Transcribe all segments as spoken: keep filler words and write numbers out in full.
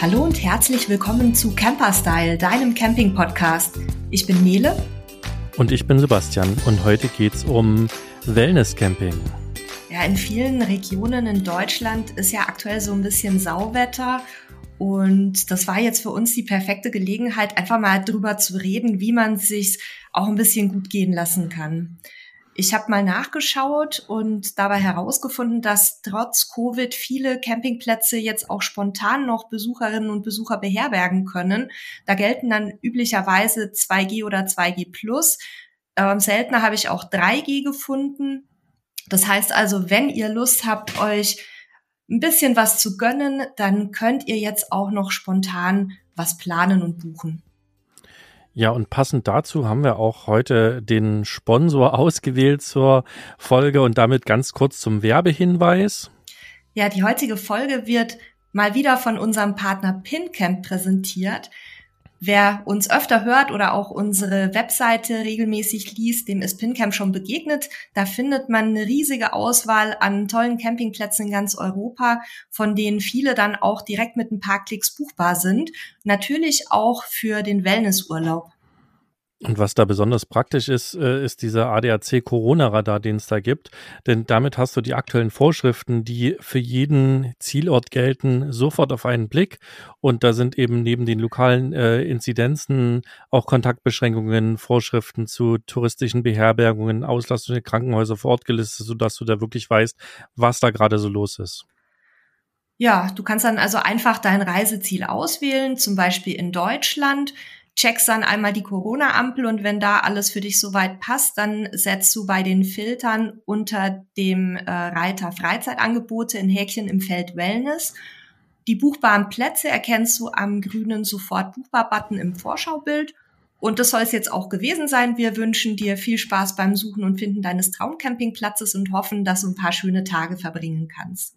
Hallo und herzlich willkommen zu Camperstyle, deinem Camping-Podcast. Ich bin Nele. Und ich bin Sebastian und heute geht's um Wellness-Camping. Ja, in vielen Regionen in Deutschland ist ja aktuell so ein bisschen Sauwetter und das war jetzt für uns die perfekte Gelegenheit, einfach mal drüber zu reden, wie man es sich auch ein bisschen gut gehen lassen kann. Ich habe mal nachgeschaut und dabei herausgefunden, dass trotz Covid viele Campingplätze jetzt auch spontan noch Besucherinnen und Besucher beherbergen können. Da gelten dann üblicherweise zwei G oder zwei G plus. Ähm, seltener habe ich auch drei G gefunden. Das heißt also, wenn ihr Lust habt, euch ein bisschen was zu gönnen, dann könnt ihr jetzt auch noch spontan was planen und buchen. Ja, und passend dazu haben wir auch heute den Sponsor ausgewählt zur Folge und damit ganz kurz zum Werbehinweis. Ja, die heutige Folge wird mal wieder von unserem Partner PinCamp präsentiert. Wer uns öfter hört oder auch unsere Webseite regelmäßig liest, dem ist PinCamp schon begegnet. Da findet man eine riesige Auswahl an tollen Campingplätzen in ganz Europa, von denen viele dann auch direkt mit ein paar Klicks buchbar sind. Natürlich auch für den Wellnessurlaub. Und was da besonders praktisch ist, ist dieser A D A C-Corona-Radar, den es da gibt. Denn damit hast du die aktuellen Vorschriften, die für jeden Zielort gelten, sofort auf einen Blick. Und da sind eben neben den lokalen äh, Inzidenzen auch Kontaktbeschränkungen, Vorschriften zu touristischen Beherbergungen, Auslastung der Krankenhäuser vor Ort gelistet, sodass du da wirklich weißt, was da gerade so los ist. Ja, du kannst dann also einfach dein Reiseziel auswählen, zum Beispiel in Deutschland. Checkst dann einmal die Corona-Ampel und wenn da alles für dich soweit passt, dann setzt du bei den Filtern unter dem äh, Reiter Freizeitangebote ein Häkchen im Feld Wellness. Die buchbaren Plätze erkennst du am grünen Sofort-Buchbar-Button im Vorschaubild. Und das soll es jetzt auch gewesen sein. Wir wünschen dir viel Spaß beim Suchen und Finden deines Traumcampingplatzes und hoffen, dass du ein paar schöne Tage verbringen kannst.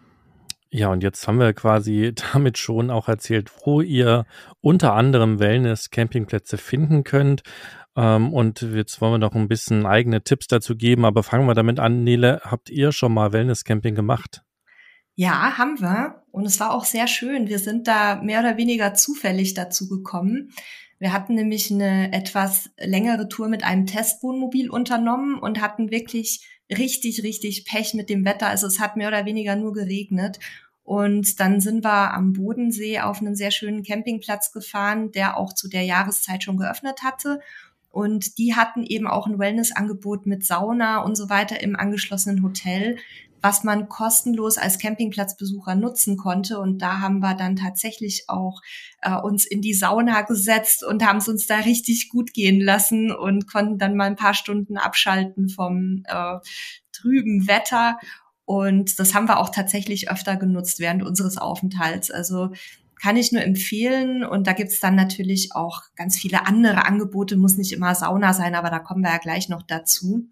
Ja, und jetzt haben wir quasi damit schon auch erzählt, wo ihr unter anderem Wellness-Campingplätze finden könnt. Ähm, und jetzt wollen wir noch ein bisschen eigene Tipps dazu geben, aber fangen wir damit an. Nele, habt ihr schon mal Wellness-Camping gemacht? Ja, haben wir. Und es war auch sehr schön. Wir sind da mehr oder weniger zufällig dazu gekommen. Wir hatten nämlich eine etwas längere Tour mit einem Testwohnmobil unternommen und hatten wirklich richtig, richtig Pech mit dem Wetter. Also es hat mehr oder weniger nur geregnet. Und dann sind wir am Bodensee auf einen sehr schönen Campingplatz gefahren, der auch zu der Jahreszeit schon geöffnet hatte. Und die hatten eben auch ein Wellnessangebot mit Sauna und so weiter im angeschlossenen Hotel, was man kostenlos als Campingplatzbesucher nutzen konnte. Und da haben wir dann tatsächlich auch äh, uns in die Sauna gesetzt und haben es uns da richtig gut gehen lassen und konnten dann mal ein paar Stunden abschalten vom äh, trüben Wetter. Und das haben wir auch tatsächlich öfter genutzt während unseres Aufenthalts. Also kann ich nur empfehlen. Und da gibt's dann natürlich auch ganz viele andere Angebote. Muss nicht immer Sauna sein, aber da kommen wir ja gleich noch dazu.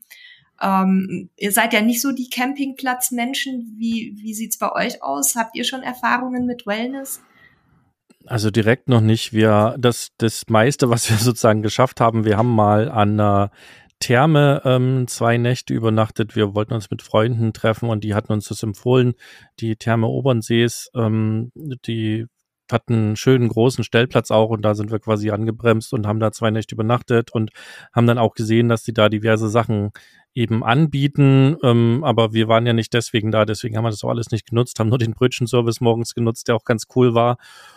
Ähm, ihr seid ja nicht so die Campingplatzmenschen. Wie, wie sieht's bei euch aus? Habt ihr schon Erfahrungen mit Wellness? Also direkt noch nicht. Wir, das, das meiste, was wir sozusagen geschafft haben, wir haben mal an einer Therme ähm, zwei Nächte übernachtet. Wir wollten uns mit Freunden treffen und die hatten uns das empfohlen. Die Therme Obernsees, ähm, die hatten einen schönen großen Stellplatz auch und da sind wir quasi angebremst und haben da zwei Nächte übernachtet und haben dann auch gesehen, dass die da diverse Sachen eben anbieten, ähm, aber wir waren ja nicht deswegen da, deswegen haben wir das auch alles nicht genutzt, haben nur den Brötchenservice morgens genutzt, der auch ganz cool war.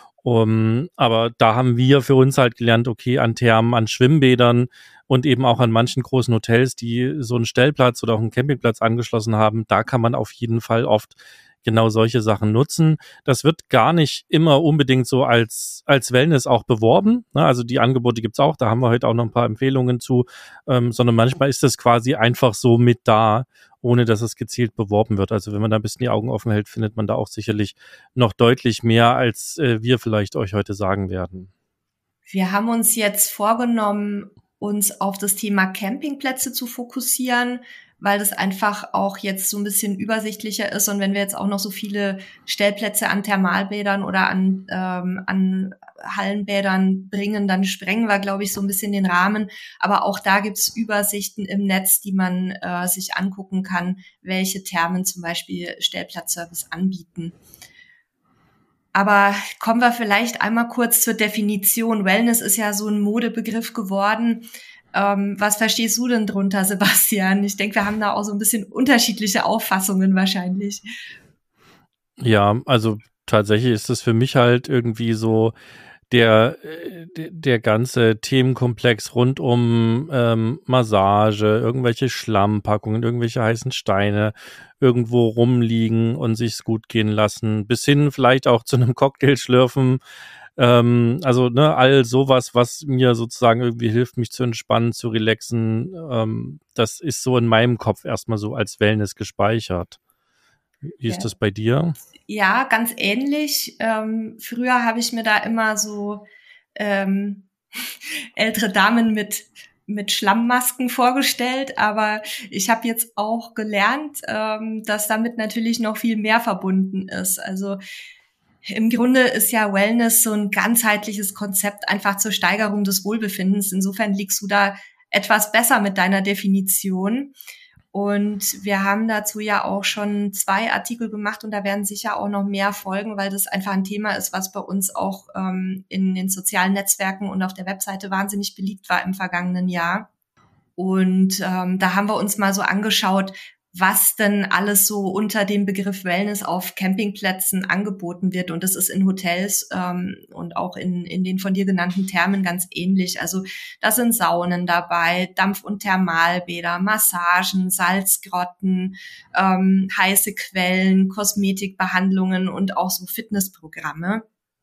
Um, aber da haben wir für uns halt gelernt, okay, an Thermen, an Schwimmbädern und eben auch an manchen großen Hotels, die so einen Stellplatz oder auch einen Campingplatz angeschlossen haben, da kann man auf jeden Fall oft genau solche Sachen nutzen. Das wird gar nicht immer unbedingt so als als Wellness auch beworben, ne? Also die Angebote gibt's auch, da haben wir heute auch noch ein paar Empfehlungen zu, ähm, sondern manchmal ist das quasi einfach so mit da, ohne dass es gezielt beworben wird. Also wenn man da ein bisschen die Augen offen hält, findet man da auch sicherlich noch deutlich mehr, als äh, wir vielleicht euch heute sagen werden. Wir haben uns jetzt vorgenommen, uns auf das Thema Campingplätze zu fokussieren, weil das einfach auch jetzt so ein bisschen übersichtlicher ist. Und wenn wir jetzt auch noch so viele Stellplätze an Thermalbädern oder an, ähm, an Hallenbädern bringen, dann sprengen wir, glaube ich, so ein bisschen den Rahmen. Aber auch da gibt's Übersichten im Netz, die man äh, sich angucken kann, welche Thermen zum Beispiel Stellplatzservice anbieten. Aber kommen wir vielleicht einmal kurz zur Definition. Wellness ist ja so ein Modebegriff geworden. Ähm, was verstehst du denn drunter, Sebastian? Ich denke, wir haben da auch so ein bisschen unterschiedliche Auffassungen wahrscheinlich. Ja, also tatsächlich ist es für mich halt irgendwie so der, der, der ganze Themenkomplex rund um ähm, Massage, irgendwelche Schlammpackungen, irgendwelche heißen Steine, irgendwo rumliegen und sich's gut gehen lassen, bis hin vielleicht auch zu einem Cocktail schlürfen. Ähm, also ne, all sowas, was mir sozusagen irgendwie hilft, mich zu entspannen, zu relaxen, ähm, das ist so in meinem Kopf erstmal so als Wellness gespeichert. Wie ist Ja. das bei dir? Ja, ganz ähnlich. Ähm, früher habe ich mir da immer so ähm, ältere Damen mit mit Schlammmasken vorgestellt, aber ich habe jetzt auch gelernt, ähm, dass damit natürlich noch viel mehr verbunden ist. Also im Grunde ist ja Wellness so ein ganzheitliches Konzept einfach zur Steigerung des Wohlbefindens. Insofern liegst du da etwas besser mit deiner Definition. Und wir haben dazu ja auch schon zwei Artikel gemacht und da werden sicher auch noch mehr folgen, weil das einfach ein Thema ist, was bei uns auch ähm, in den sozialen Netzwerken und auf der Webseite wahnsinnig beliebt war im vergangenen Jahr. Und ähm, da haben wir uns mal so angeschaut, was denn alles so unter dem Begriff Wellness auf Campingplätzen angeboten wird. Und das ist in Hotels ähm, und auch in, in den von dir genannten Thermen ganz ähnlich. Also da sind Saunen dabei, Dampf- und Thermalbäder, Massagen, Salzgrotten, ähm, heiße Quellen, Kosmetikbehandlungen und auch so Fitnessprogramme.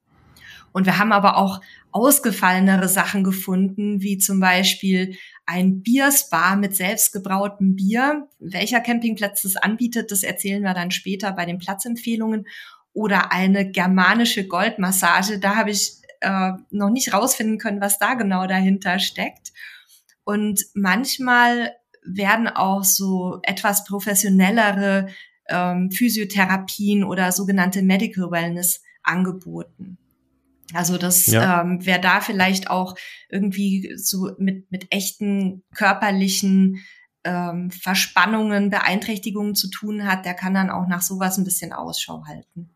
Und wir haben aber auch ausgefallenere Sachen gefunden, wie zum Beispiel ein Bierspa mit selbstgebrautem Bier. Welcher Campingplatz das anbietet, das erzählen wir dann später bei den Platzempfehlungen. Oder eine germanische Goldmassage. Da habe ich äh, noch nicht rausfinden können, was da genau dahinter steckt. Und manchmal werden auch so etwas professionellere ähm, Physiotherapien oder sogenannte Medical Wellness angeboten. Also das, ja. ähm, wer da vielleicht auch irgendwie so mit mit echten körperlichen ähm, Verspannungen, Beeinträchtigungen zu tun hat, der kann dann auch nach sowas ein bisschen Ausschau halten.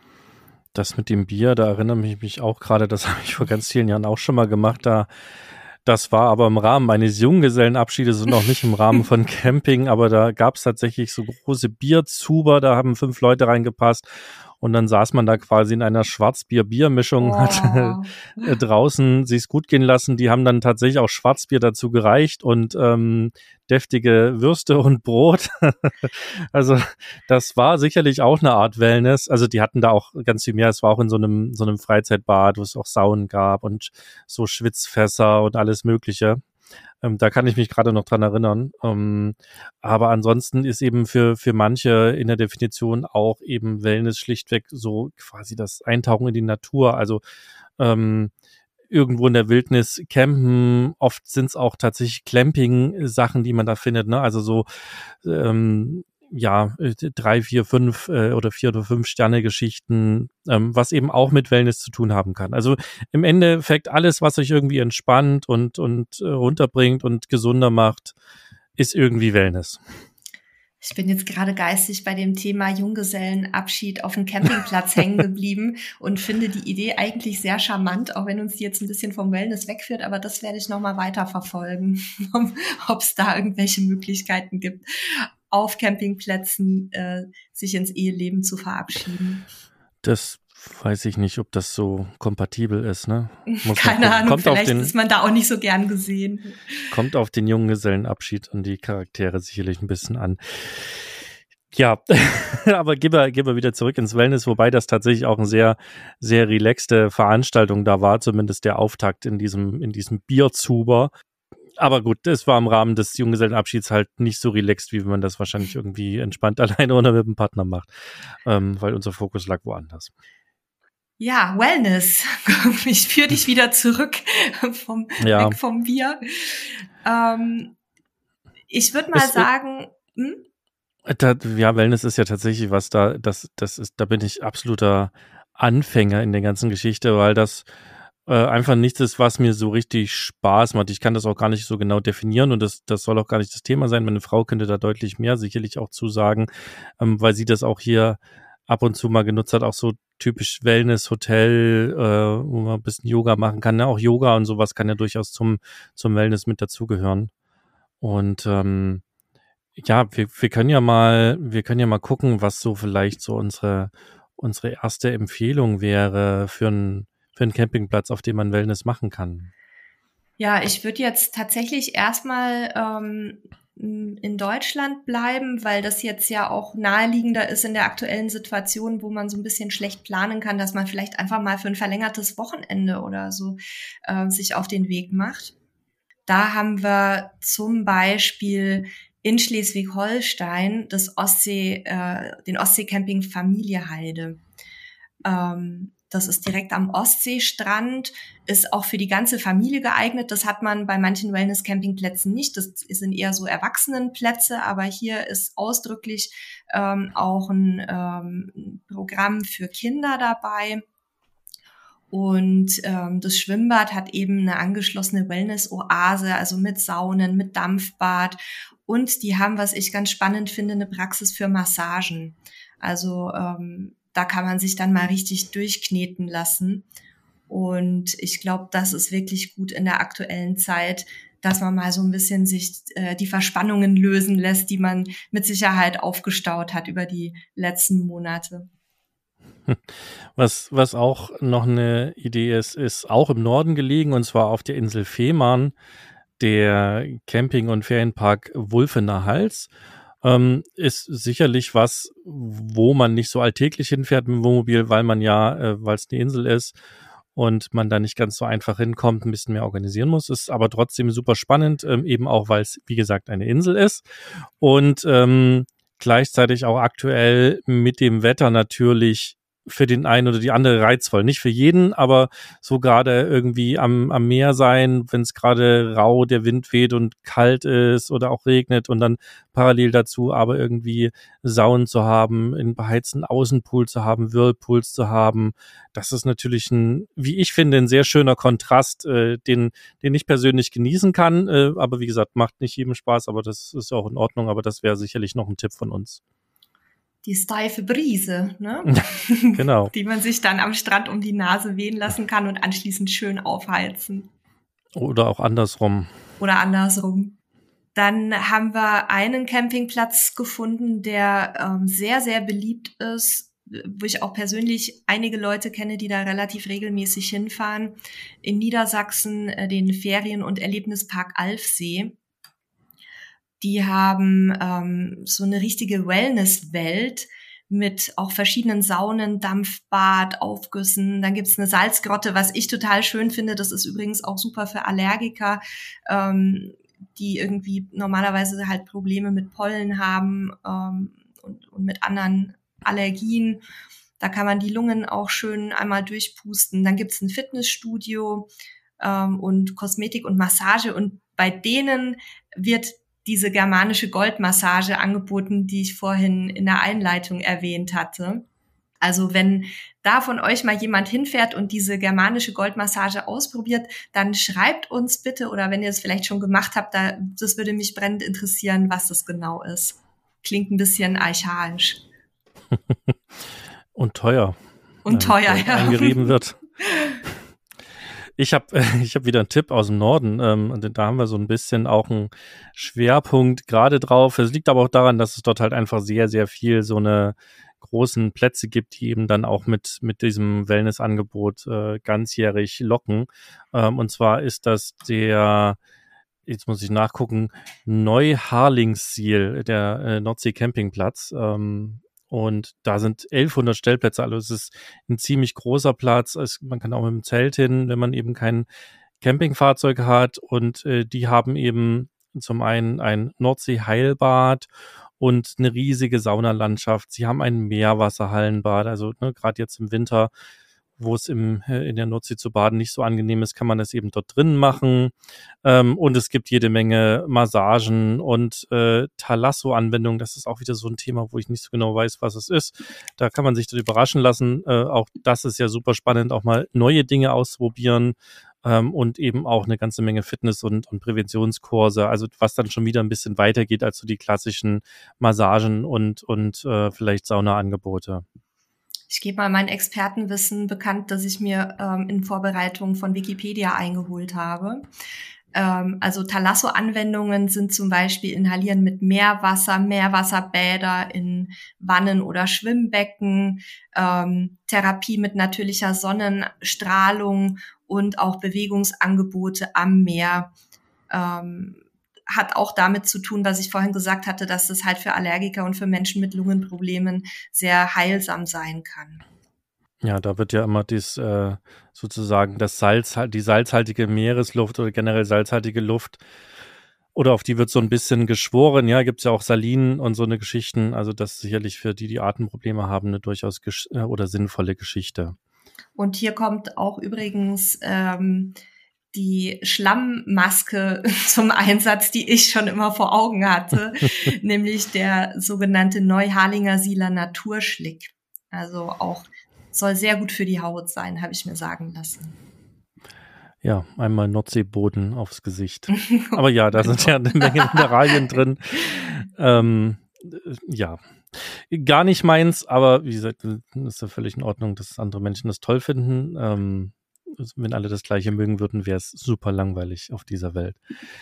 Das mit dem Bier, da erinnere ich mich auch gerade, das habe ich vor ganz vielen Jahren auch schon mal gemacht. Da, das war aber im Rahmen eines Junggesellenabschiedes und auch nicht im Rahmen von Camping, aber da gab es tatsächlich so große Bierzuber, da haben fünf Leute reingepasst. Und dann saß man da quasi in einer Schwarzbier-Bier-Mischung, oh. hat äh, draußen sich's gut gehen lassen. Die haben dann tatsächlich auch Schwarzbier dazu gereicht und ähm, deftige Würste und Brot. Also das war sicherlich auch eine Art Wellness. Also die hatten da auch ganz viel mehr. Es war auch in so einem so einem Freizeitbad, wo es auch Saunen gab und so Schwitzfässer und alles Mögliche. Ähm, da kann ich mich gerade noch dran erinnern. Ähm, aber ansonsten ist eben für für manche in der Definition auch eben Wellness schlichtweg so quasi das Eintauchen in die Natur. Also ähm, irgendwo in der Wildnis campen. Oft sind es auch tatsächlich Clamping-Sachen, die man da findet. Ne? Also so ähm, ja, drei, vier, fünf äh, oder vier oder fünf Sterne-Geschichten, ähm, was eben auch mit Wellness zu tun haben kann. Also im Endeffekt alles, was euch irgendwie entspannt und, und äh, runterbringt und gesunder macht, ist irgendwie Wellness. Ich bin jetzt gerade geistig bei dem Thema Junggesellenabschied auf dem Campingplatz hängen geblieben und finde die Idee eigentlich sehr charmant, auch wenn uns die jetzt ein bisschen vom Wellness wegführt, aber das werde ich nochmal weiter verfolgen, ob es da irgendwelche Möglichkeiten gibt, auf Campingplätzen äh, sich ins Eheleben zu verabschieden. Das weiß ich nicht, ob das so kompatibel ist, ne? Muss Keine Ahnung, kommt vielleicht den, ist man da auch nicht so gern gesehen. Kommt auf den Junggesellenabschied und die Charaktere sicherlich ein bisschen an. Ja, aber gehen wir, gehen wir wieder zurück ins Wellness, wobei das tatsächlich auch eine sehr, sehr relaxte Veranstaltung da war, zumindest der Auftakt in diesem, in diesem Bierzuber. Aber gut, es war im Rahmen des Junggesellenabschieds halt nicht so relaxed, wie man das wahrscheinlich irgendwie entspannt alleine oder mit dem Partner macht, ähm, weil unser Fokus lag woanders. Ja, Wellness. Ich führe dich wieder zurück vom, ja. weg vom Bier. Ähm, ich würde mal es, sagen, hm? da, ja, Wellness ist ja tatsächlich was da, das, das ist, da bin ich absoluter Anfänger in der ganzen Geschichte, weil das äh, einfach nichts ist, was mir so richtig Spaß macht. Ich kann das auch gar nicht so genau definieren und das, das soll auch gar nicht das Thema sein. Meine Frau könnte da deutlich mehr sicherlich auch zu sagen, ähm, weil sie das auch hier ab und zu mal genutzt hat, auch so typisch Wellness-Hotel, äh, wo man ein bisschen Yoga machen kann. Ja, auch Yoga und sowas kann ja durchaus zum, zum Wellness mit dazugehören. Und ähm, ja, wir, wir können ja mal, wir können ja mal gucken, was so vielleicht so unsere, unsere erste Empfehlung wäre für einen für einen Campingplatz, auf dem man Wellness machen kann. Ja, ich würde jetzt tatsächlich erstmal ähm, in Deutschland bleiben, weil das jetzt ja auch naheliegender ist in der aktuellen Situation, wo man so ein bisschen schlecht planen kann, dass man vielleicht einfach mal für ein verlängertes Wochenende oder so äh, sich auf den Weg macht. Da haben wir zum Beispiel in Schleswig-Holstein das Ostsee, äh, den Ostsee-Camping Familie Heide. Ähm, Das ist direkt am Ostseestrand, ist auch für die ganze Familie geeignet. Das hat man bei manchen Wellness-Campingplätzen nicht. Das sind eher so Erwachsenenplätze, aber hier ist ausdrücklich ähm, auch ein ähm, Programm für Kinder dabei. Und ähm, das Schwimmbad hat eben eine angeschlossene Wellness-Oase, also mit Saunen, mit Dampfbad. Und die haben, was ich ganz spannend finde, eine Praxis für Massagen. Also ähm, da kann man sich dann mal richtig durchkneten lassen. Und ich glaube, das ist wirklich gut in der aktuellen Zeit, dass man mal so ein bisschen sich äh, die Verspannungen lösen lässt, die man mit Sicherheit aufgestaut hat über die letzten Monate. Was, was auch noch eine Idee ist, ist auch im Norden gelegen, und zwar auf der Insel Fehmarn, der Camping- und Ferienpark Wulfener Hals. Ähm, ist sicherlich was, wo man nicht so alltäglich hinfährt mit dem Wohnmobil, weil man ja, äh, weil es eine Insel ist und man da nicht ganz so einfach hinkommt, ein bisschen mehr organisieren muss. Ist aber trotzdem super spannend, ähm, eben auch, weil es, wie gesagt, eine Insel ist und ähm, gleichzeitig auch aktuell mit dem Wetter natürlich für den einen oder die andere reizvoll. Nicht für jeden, aber so gerade irgendwie am, am Meer sein, wenn es gerade rau, der Wind weht und kalt ist oder auch regnet und dann parallel dazu aber irgendwie Saunen zu haben, einen beheizten Außenpool zu haben, Whirlpools zu haben. Das ist natürlich ein, wie ich finde, ein sehr schöner Kontrast, äh, den, den ich persönlich genießen kann. Äh, aber wie gesagt, macht nicht jedem Spaß, aber das ist auch in Ordnung. Aber das wäre sicherlich noch ein Tipp von uns. Die steife Brise, ne? Genau. Die man sich dann am Strand um die Nase wehen lassen kann und anschließend schön aufheizen. Oder auch andersrum. Oder andersrum. Dann haben wir einen Campingplatz gefunden, der ähm, sehr, sehr beliebt ist, wo ich auch persönlich einige Leute kenne, die da relativ regelmäßig hinfahren. In Niedersachsen äh, den Ferien- und Erlebnispark Alfsee. Die haben ähm, so eine richtige Wellness-Welt mit auch verschiedenen Saunen, Dampfbad, Aufgüssen. Dann gibt's eine Salzgrotte, was ich total schön finde. Das ist übrigens auch super für Allergiker, ähm, die irgendwie normalerweise halt Probleme mit Pollen haben ähm, und, und mit anderen Allergien. Da kann man die Lungen auch schön einmal durchpusten. Dann gibt's ein Fitnessstudio ähm, und Kosmetik und Massage. Und bei denen wird diese germanische Goldmassage angeboten, die ich vorhin in der Einleitung erwähnt hatte. Also wenn da von euch mal jemand hinfährt und diese germanische Goldmassage ausprobiert, dann schreibt uns bitte, oder wenn ihr es vielleicht schon gemacht habt, da, das würde mich brennend interessieren, was das genau ist. Klingt ein bisschen archaisch. Und teuer. Und teuer, ja. Eingerieben wird. Ich habe ich hab wieder einen Tipp aus dem Norden. Ähm, und da haben wir so ein bisschen auch einen Schwerpunkt gerade drauf. Es liegt aber auch daran, dass es dort halt einfach sehr, sehr viel so eine großen Plätze gibt, die eben dann auch mit mit diesem Wellnessangebot äh, ganzjährig locken. Ähm, und zwar ist das der, jetzt muss ich nachgucken, Neu-Harlingsiel, der äh, Nordsee-Campingplatz. Ähm, Und da sind elfhundert Stellplätze, also es ist ein ziemlich großer Platz. Es, man kann auch mit dem Zelt hin, wenn man eben kein Campingfahrzeug hat. Und äh, die haben eben zum einen ein Nordsee-Heilbad und eine riesige Saunalandschaft. Sie haben ein Meerwasserhallenbad, also ne, gerade jetzt im Winter, wo es im, in der Nordsee zu baden nicht so angenehm ist, kann man das eben dort drin machen. Ähm, und es gibt jede Menge Massagen und äh, Thalasso-Anwendungen. Das ist auch wieder so ein Thema, wo ich nicht so genau weiß, was es ist. Da kann man sich dort überraschen lassen. Äh, auch das ist ja super spannend, auch mal neue Dinge auszuprobieren. Ähm, und eben auch eine ganze Menge Fitness- und, und Präventionskurse, also was dann schon wieder ein bisschen weitergeht als so die klassischen Massagen und, und äh, vielleicht Saunaangebote. Ich gebe mal mein Expertenwissen bekannt, das ich mir ähm, in Vorbereitung von Wikipedia eingeholt habe. Ähm, also Thalasso-Anwendungen sind zum Beispiel Inhalieren mit Meerwasser, Meerwasserbäder in Wannen oder Schwimmbecken, ähm, Therapie mit natürlicher Sonnenstrahlung und auch Bewegungsangebote am Meer. Ähm, hat auch damit zu tun, was ich vorhin gesagt hatte, dass das halt für Allergiker und für Menschen mit Lungenproblemen sehr heilsam sein kann. Ja, da wird ja immer dies, äh, sozusagen das Salz, die salzhaltige Meeresluft oder generell salzhaltige Luft, oder auf die wird so ein bisschen geschworen. Ja, gibt's ja auch Salinen und so eine Geschichten. Also das ist sicherlich für die, die Atemprobleme haben, eine durchaus gesch- äh, oder sinnvolle Geschichte. Und hier kommt auch übrigens ähm, die Schlammmaske zum Einsatz, die ich schon immer vor Augen hatte, nämlich der sogenannte Neuharlinger Sieler Naturschlick. Also auch soll sehr gut für die Haut sein, habe ich mir sagen lassen. Ja, einmal Nordseeboden aufs Gesicht. Aber ja, da sind ja eine Menge Mineralien drin. Ähm, äh, ja, gar nicht meins, aber wie gesagt, ist ja völlig in Ordnung, dass andere Menschen das toll finden. Ähm, wenn alle das Gleiche mögen würden, wäre es super langweilig auf dieser Welt.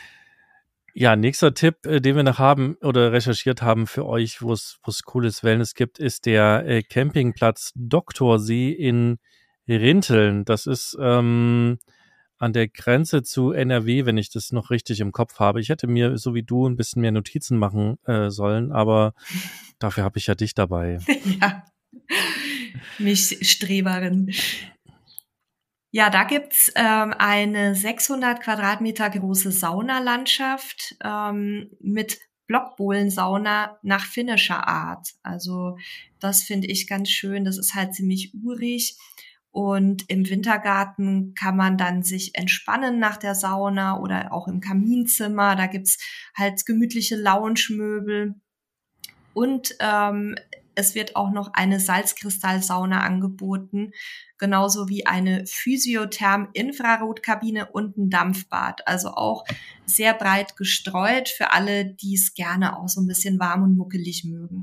Ja, nächster Tipp, äh, den wir noch haben oder recherchiert haben für euch, wo es wo es cooles Wellness gibt, ist der äh, Campingplatz Doktorsee in Rinteln. Das ist ähm, an der Grenze zu N R W, wenn ich das noch richtig im Kopf habe. Ich hätte mir, so wie du, ein bisschen mehr Notizen machen äh, sollen, aber dafür habe ich ja dich dabei. Ja, mich Streberin. Ja, da gibt's ähm, eine sechshundert Quadratmeter große Saunalandschaft ähm, mit Blockbohlensauna nach finnischer Art. Also das finde ich ganz schön. Das ist halt ziemlich urig. Und im Wintergarten kann man dann sich entspannen nach der Sauna oder auch im Kaminzimmer. Da gibt's halt gemütliche Lounge-Möbel. Und ähm, es wird auch noch eine Salzkristallsauna angeboten, genauso wie eine Physiotherm-Infrarotkabine und ein Dampfbad. Also auch sehr breit gestreut für alle, die es gerne auch so ein bisschen warm und muckelig mögen.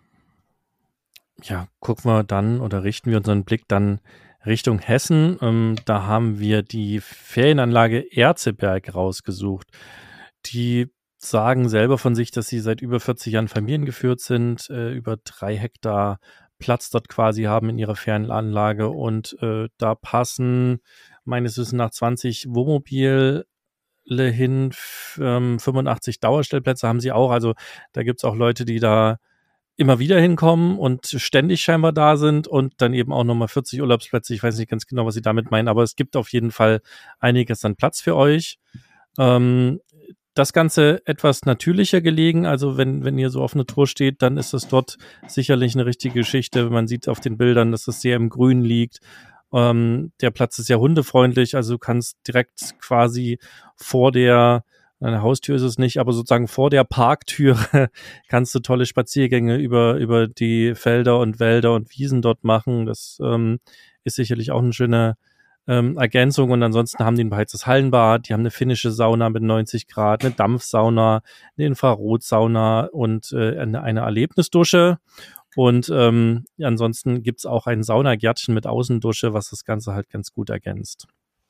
Ja, gucken wir dann oder richten wir unseren Blick dann Richtung Hessen. Ähm, da haben wir die Ferienanlage Erzeberg rausgesucht. Die sagen selber von sich, dass sie seit über vierzig Jahren familiengeführt sind, äh, über drei Hektar Platz dort quasi haben in ihrer Ferienanlage und äh, da passen meines Wissens nach zwanzig Wohnmobile hin, f- ähm, fünfundachtzig Dauerstellplätze haben sie auch. Also da gibt's auch Leute, die da immer wieder hinkommen und ständig scheinbar da sind und dann eben auch nochmal vierzig Urlaubsplätze. Ich weiß nicht ganz genau, was sie damit meinen, aber es gibt auf jeden Fall einiges an Platz für euch. Ähm, das Ganze etwas natürlicher gelegen, also wenn, wenn ihr so auf einer Tour steht, dann ist es dort sicherlich eine richtige Geschichte. Man sieht auf den Bildern, dass es sehr im Grün liegt. Ähm, der Platz ist ja hundefreundlich, also du kannst direkt quasi vor der eine Haustür ist es nicht, aber sozusagen vor der Parktüre kannst du tolle Spaziergänge über, über die Felder und Wälder und Wiesen dort machen. Das ähm, ist sicherlich auch eine schöne ähm, Ergänzung. Und ansonsten haben die ein beheiztes Hallenbad, die haben eine finnische Sauna mit neunzig Grad, eine Dampfsauna, eine Infrarotsauna und äh, eine, eine Erlebnisdusche. Und ähm, ansonsten gibt's auch ein Saunagärtchen mit Außendusche, was das Ganze halt ganz gut ergänzt.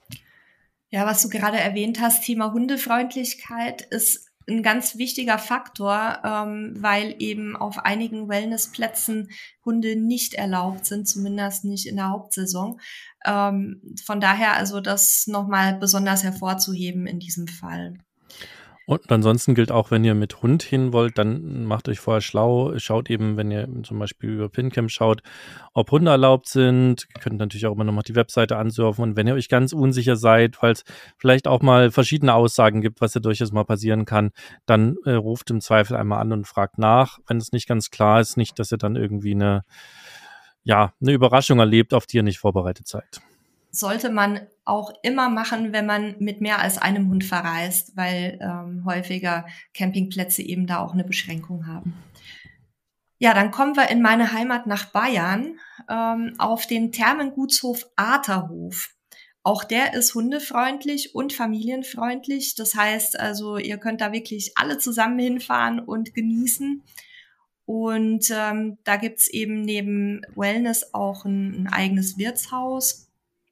Ja, was du gerade erwähnt hast, Thema Hundefreundlichkeit ist ein ganz wichtiger Faktor, ähm, weil eben auf einigen Wellnessplätzen Hunde nicht erlaubt sind, zumindest nicht in der Hauptsaison. Ähm, von daher also das nochmal besonders hervorzuheben in diesem Fall. Und ansonsten gilt auch, wenn ihr mit Hund hin wollt, dann macht euch vorher schlau. Schaut eben, wenn ihr zum Beispiel über PinCam schaut, ob Hunde erlaubt sind. Ihr könnt natürlich auch immer nochmal die Webseite ansurfen. Und wenn ihr euch ganz unsicher seid, weil es vielleicht auch mal verschiedene Aussagen gibt, was ja durchaus mal passieren kann, dann äh, ruft im Zweifel einmal an und fragt nach. Wenn es nicht ganz klar ist, nicht, dass ihr dann irgendwie eine, ja, eine Überraschung erlebt, auf die ihr nicht vorbereitet seid. Sollte man auch immer machen, wenn man mit mehr als einem Hund verreist, weil ähm, häufiger Campingplätze eben da auch eine Beschränkung haben. Ja, dann kommen wir in meine Heimat nach Bayern ähm, auf den Thermengutshof Aterhof. Auch der ist hundefreundlich und familienfreundlich. Das heißt also, ihr könnt da wirklich alle zusammen hinfahren und genießen. Und ähm, da gibt's eben neben Wellness auch ein, ein eigenes Wirtshaus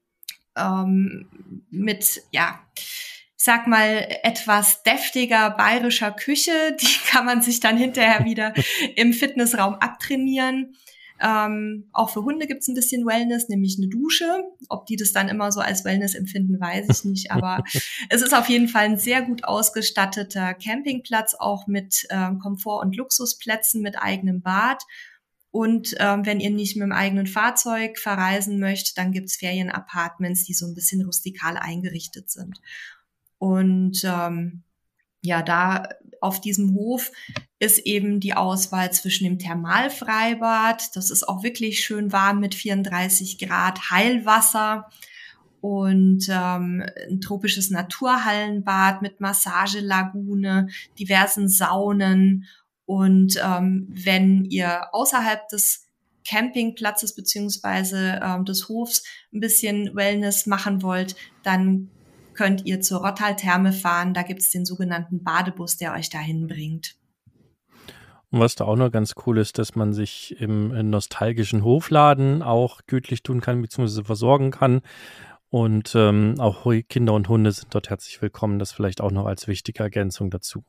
ähm, mit, ja, ich sag mal, etwas deftiger bayerischer Küche. Die kann man sich dann hinterher wieder im Fitnessraum abtrainieren. Ähm, auch für Hunde gibt's ein bisschen Wellness, nämlich eine Dusche. Ob die das dann immer so als Wellness empfinden, weiß ich nicht. Aber es ist auf jeden Fall ein sehr gut ausgestatteter Campingplatz, auch mit ähm, Komfort- und Luxusplätzen, mit eigenem Bad. Und ähm, wenn ihr nicht mit dem eigenen Fahrzeug verreisen möchtet, dann gibt's Ferienapartments, die so ein bisschen rustikal eingerichtet sind. Und ähm, ja, da auf diesem Hof ist eben die Auswahl zwischen dem Thermalfreibad, das ist auch wirklich schön warm mit vierunddreißig Grad, Heilwasser und ähm, ein tropisches Naturhallenbad mit Massagelagune, diversen Saunen. Und ähm, wenn ihr außerhalb des Campingplatzes beziehungsweise ähm, des Hofs ein bisschen Wellness machen wollt, dann könnt ihr zur Rottal-Therme fahren. Da gibt's den sogenannten Badebus, der euch dahin bringt. Und was da auch noch ganz cool ist, dass man sich im, im nostalgischen Hofladen auch gütlich tun kann, beziehungsweise versorgen kann. Und ähm, auch Kinder und Hunde sind dort herzlich willkommen. Das vielleicht auch noch als wichtige Ergänzung dazu.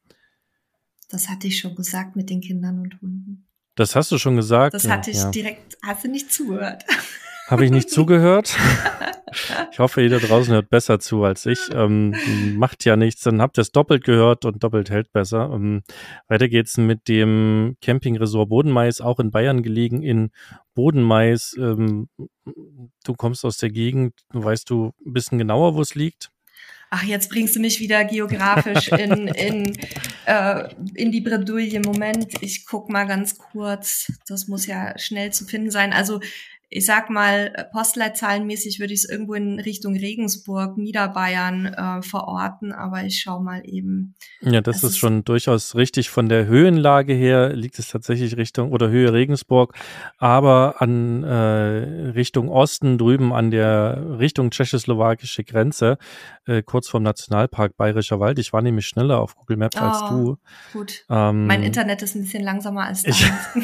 Das hatte ich schon gesagt mit den Kindern und Hunden. Das hast du schon gesagt? Das hatte ich ja. direkt, hast du nicht zugehört? Habe ich nicht zugehört? Ich hoffe, jeder draußen hört besser zu als ich. Ähm, macht ja nichts, dann habt ihr es doppelt gehört und doppelt hält besser. Ähm, weiter geht's mit dem Campingresort Bodenmais, auch in Bayern gelegen, in Bodenmais. Ähm, du kommst aus der Gegend, weißt du ein bisschen genauer, wo es liegt? Ach, jetzt bringst du mich wieder geografisch in, in, äh, in die Bredouille. Moment, ich guck mal ganz kurz. Das muss ja schnell zu finden sein. Also ich sag mal, postleitzahlenmäßig würde ich es irgendwo in Richtung Regensburg, Niederbayern äh, verorten, aber ich schau mal eben. Ja, das ist, ist schon durchaus richtig. Von der Höhenlage her liegt es tatsächlich Richtung oder Höhe Regensburg, aber an äh, Richtung Osten drüben an der Richtung tschechoslowakische Grenze, äh, kurz vorm Nationalpark Bayerischer Wald. Ich war nämlich schneller auf Google Maps oh, als du. Gut. Ähm, mein Internet ist ein bisschen langsamer als deins.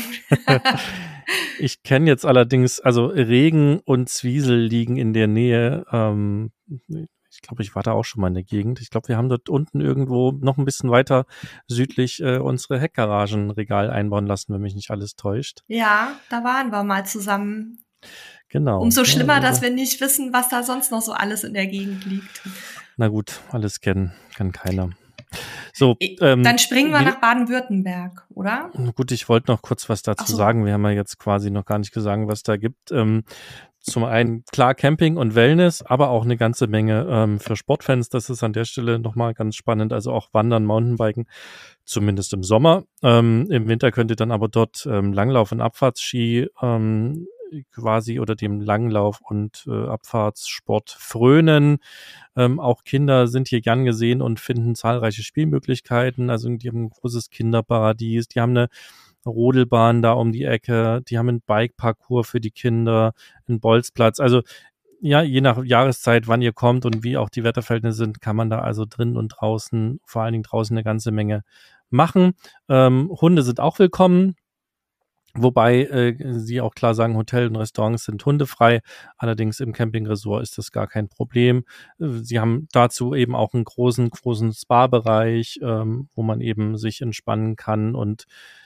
Ich kenne jetzt allerdings, also Regen und Zwiesel liegen in der Nähe. Ähm, ich glaube, ich war da auch schon mal in der Gegend. Ich glaube, wir haben dort unten irgendwo noch ein bisschen weiter südlich äh, unsere Heckgaragenregal einbauen lassen, wenn mich nicht alles täuscht. Ja, da waren wir mal zusammen. Genau. Umso schlimmer, ja, also, dass wir nicht wissen, was da sonst noch so alles in der Gegend liegt. Na gut, alles kennen kann keiner. So, ähm, Dann springen wir nach Baden-Württemberg, oder? Gut, ich wollte noch kurz was dazu so. sagen. Wir haben ja jetzt quasi noch gar nicht gesagt, was da gibt. Ähm, zum einen, klar, Camping und Wellness, aber auch eine ganze Menge ähm, für Sportfans. Das ist an der Stelle nochmal ganz spannend. Also auch Wandern, Mountainbiken, zumindest im Sommer. Ähm, im Winter könnt ihr dann aber dort ähm, Langlauf- und Abfahrtski ähm, quasi oder dem Langlauf- und äh, Abfahrtssport frönen. Ähm, auch Kinder sind hier gern gesehen und finden zahlreiche Spielmöglichkeiten. Also die haben ein großes Kinderparadies, die haben eine Rodelbahn da um die Ecke, die haben einen Bikeparcours für die Kinder, einen Bolzplatz. Also ja, je nach Jahreszeit, wann ihr kommt und wie auch die Wetterverhältnisse sind, kann man da also drin und draußen, vor allen Dingen draußen eine ganze Menge machen. Ähm, Hunde sind auch willkommen. Wobei äh, sie auch klar sagen, Hotels und Restaurants sind hundefrei. Allerdings im Campingresort ist das gar kein Problem. Sie haben dazu eben auch einen großen, großen Spa-Bereich, ähm, wo man eben sich entspannen kann und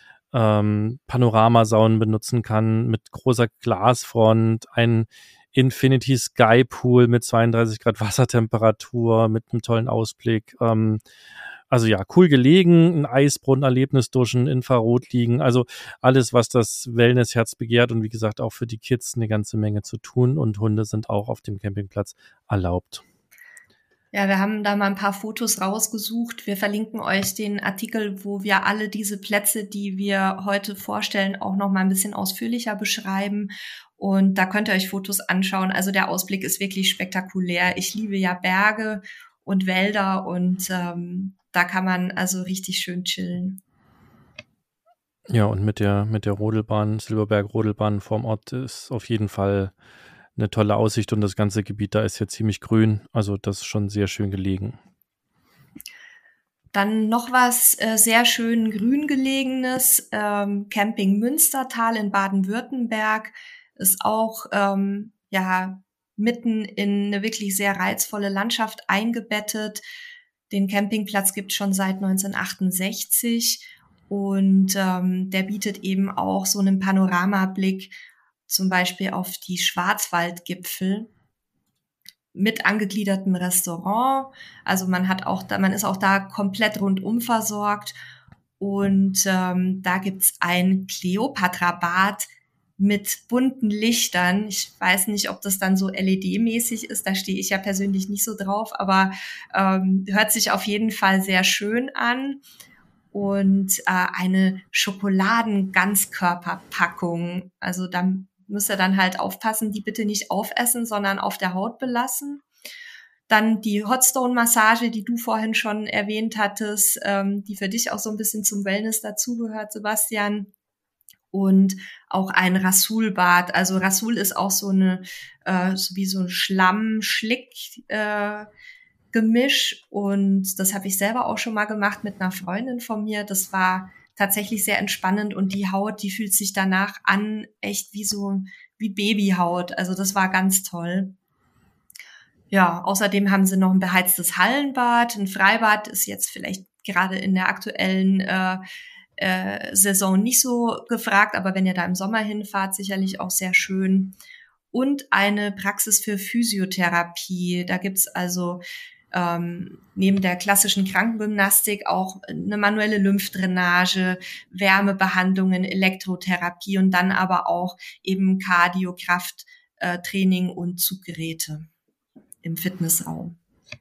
ähm, Panoramasaunen benutzen kann mit großer Glasfront, ein Infinity Sky Pool mit zweiunddreißig Grad Wassertemperatur, mit einem tollen Ausblick. Ähm, Also ja, cool gelegen, ein Eisbrunnenerlebnis durch ein Infrarot liegen, also alles, was das Wellnessherz begehrt und wie gesagt auch für die Kids eine ganze Menge zu tun und Hunde sind auch auf dem Campingplatz erlaubt. Ja, wir haben da mal ein paar Fotos rausgesucht. Wir verlinken euch den Artikel, wo wir alle diese Plätze, die wir heute vorstellen, auch noch mal ein bisschen ausführlicher beschreiben. Und da könnt ihr euch Fotos anschauen. Also der Ausblick ist wirklich spektakulär. Ich liebe ja Berge und Wälder und ähm, da kann man also richtig schön chillen. Ja, und mit der mit der Rodelbahn, Silberberg-Rodelbahn vorm Ort ist auf jeden Fall eine tolle Aussicht und das ganze Gebiet da ist ja ziemlich grün. Also das ist schon sehr schön gelegen. Dann noch was äh, sehr schön grün gelegenes, ähm, Camping Münstertal in Baden-Württemberg ist auch ähm, ja mitten in eine wirklich sehr reizvolle Landschaft eingebettet. Den Campingplatz gibt es schon seit neunzehnhundertachtundsechzig und ähm, der bietet eben auch so einen Panoramablick zum Beispiel auf die Schwarzwaldgipfel mit angegliedertem Restaurant. Also man hat auch da, man ist auch da komplett rundum versorgt. Und ähm, da gibt's ein Kleopatra-Bad mit bunten Lichtern. Ich weiß nicht, ob das dann so L E D-mäßig ist. Da stehe ich ja persönlich nicht so drauf, aber ähm, hört sich auf jeden Fall sehr schön an. Und äh, eine Schokoladen-Ganzkörperpackung. Also da müsst ihr dann halt aufpassen, die bitte nicht aufessen, sondern auf der Haut belassen. Dann die Hotstone-Massage, die du vorhin schon erwähnt hattest, ähm, die für dich auch so ein bisschen zum Wellness dazugehört, Sebastian. Und auch ein Rasul-Bad. Also Rasul ist auch so eine, äh, so wie so ein Schlamm-Schlick, äh, Gemisch. Und das habe ich selber auch schon mal gemacht mit einer Freundin von mir. Das war tatsächlich sehr entspannend und die Haut, die fühlt sich danach an, echt wie so, wie Babyhaut. Also das war ganz toll. Ja, außerdem haben sie noch ein beheiztes Hallenbad. Ein Freibad ist jetzt vielleicht gerade in der aktuellen äh, äh, Saison nicht so gefragt, aber wenn ihr da im Sommer hinfahrt, sicherlich auch sehr schön. Und eine Praxis für Physiotherapie. Da gibt's also ähm, neben der klassischen Krankengymnastik auch eine manuelle Lymphdrainage, Wärmebehandlungen, Elektrotherapie und dann aber auch eben Cardio, Krafttraining und Zuggeräte im Fitnessraum.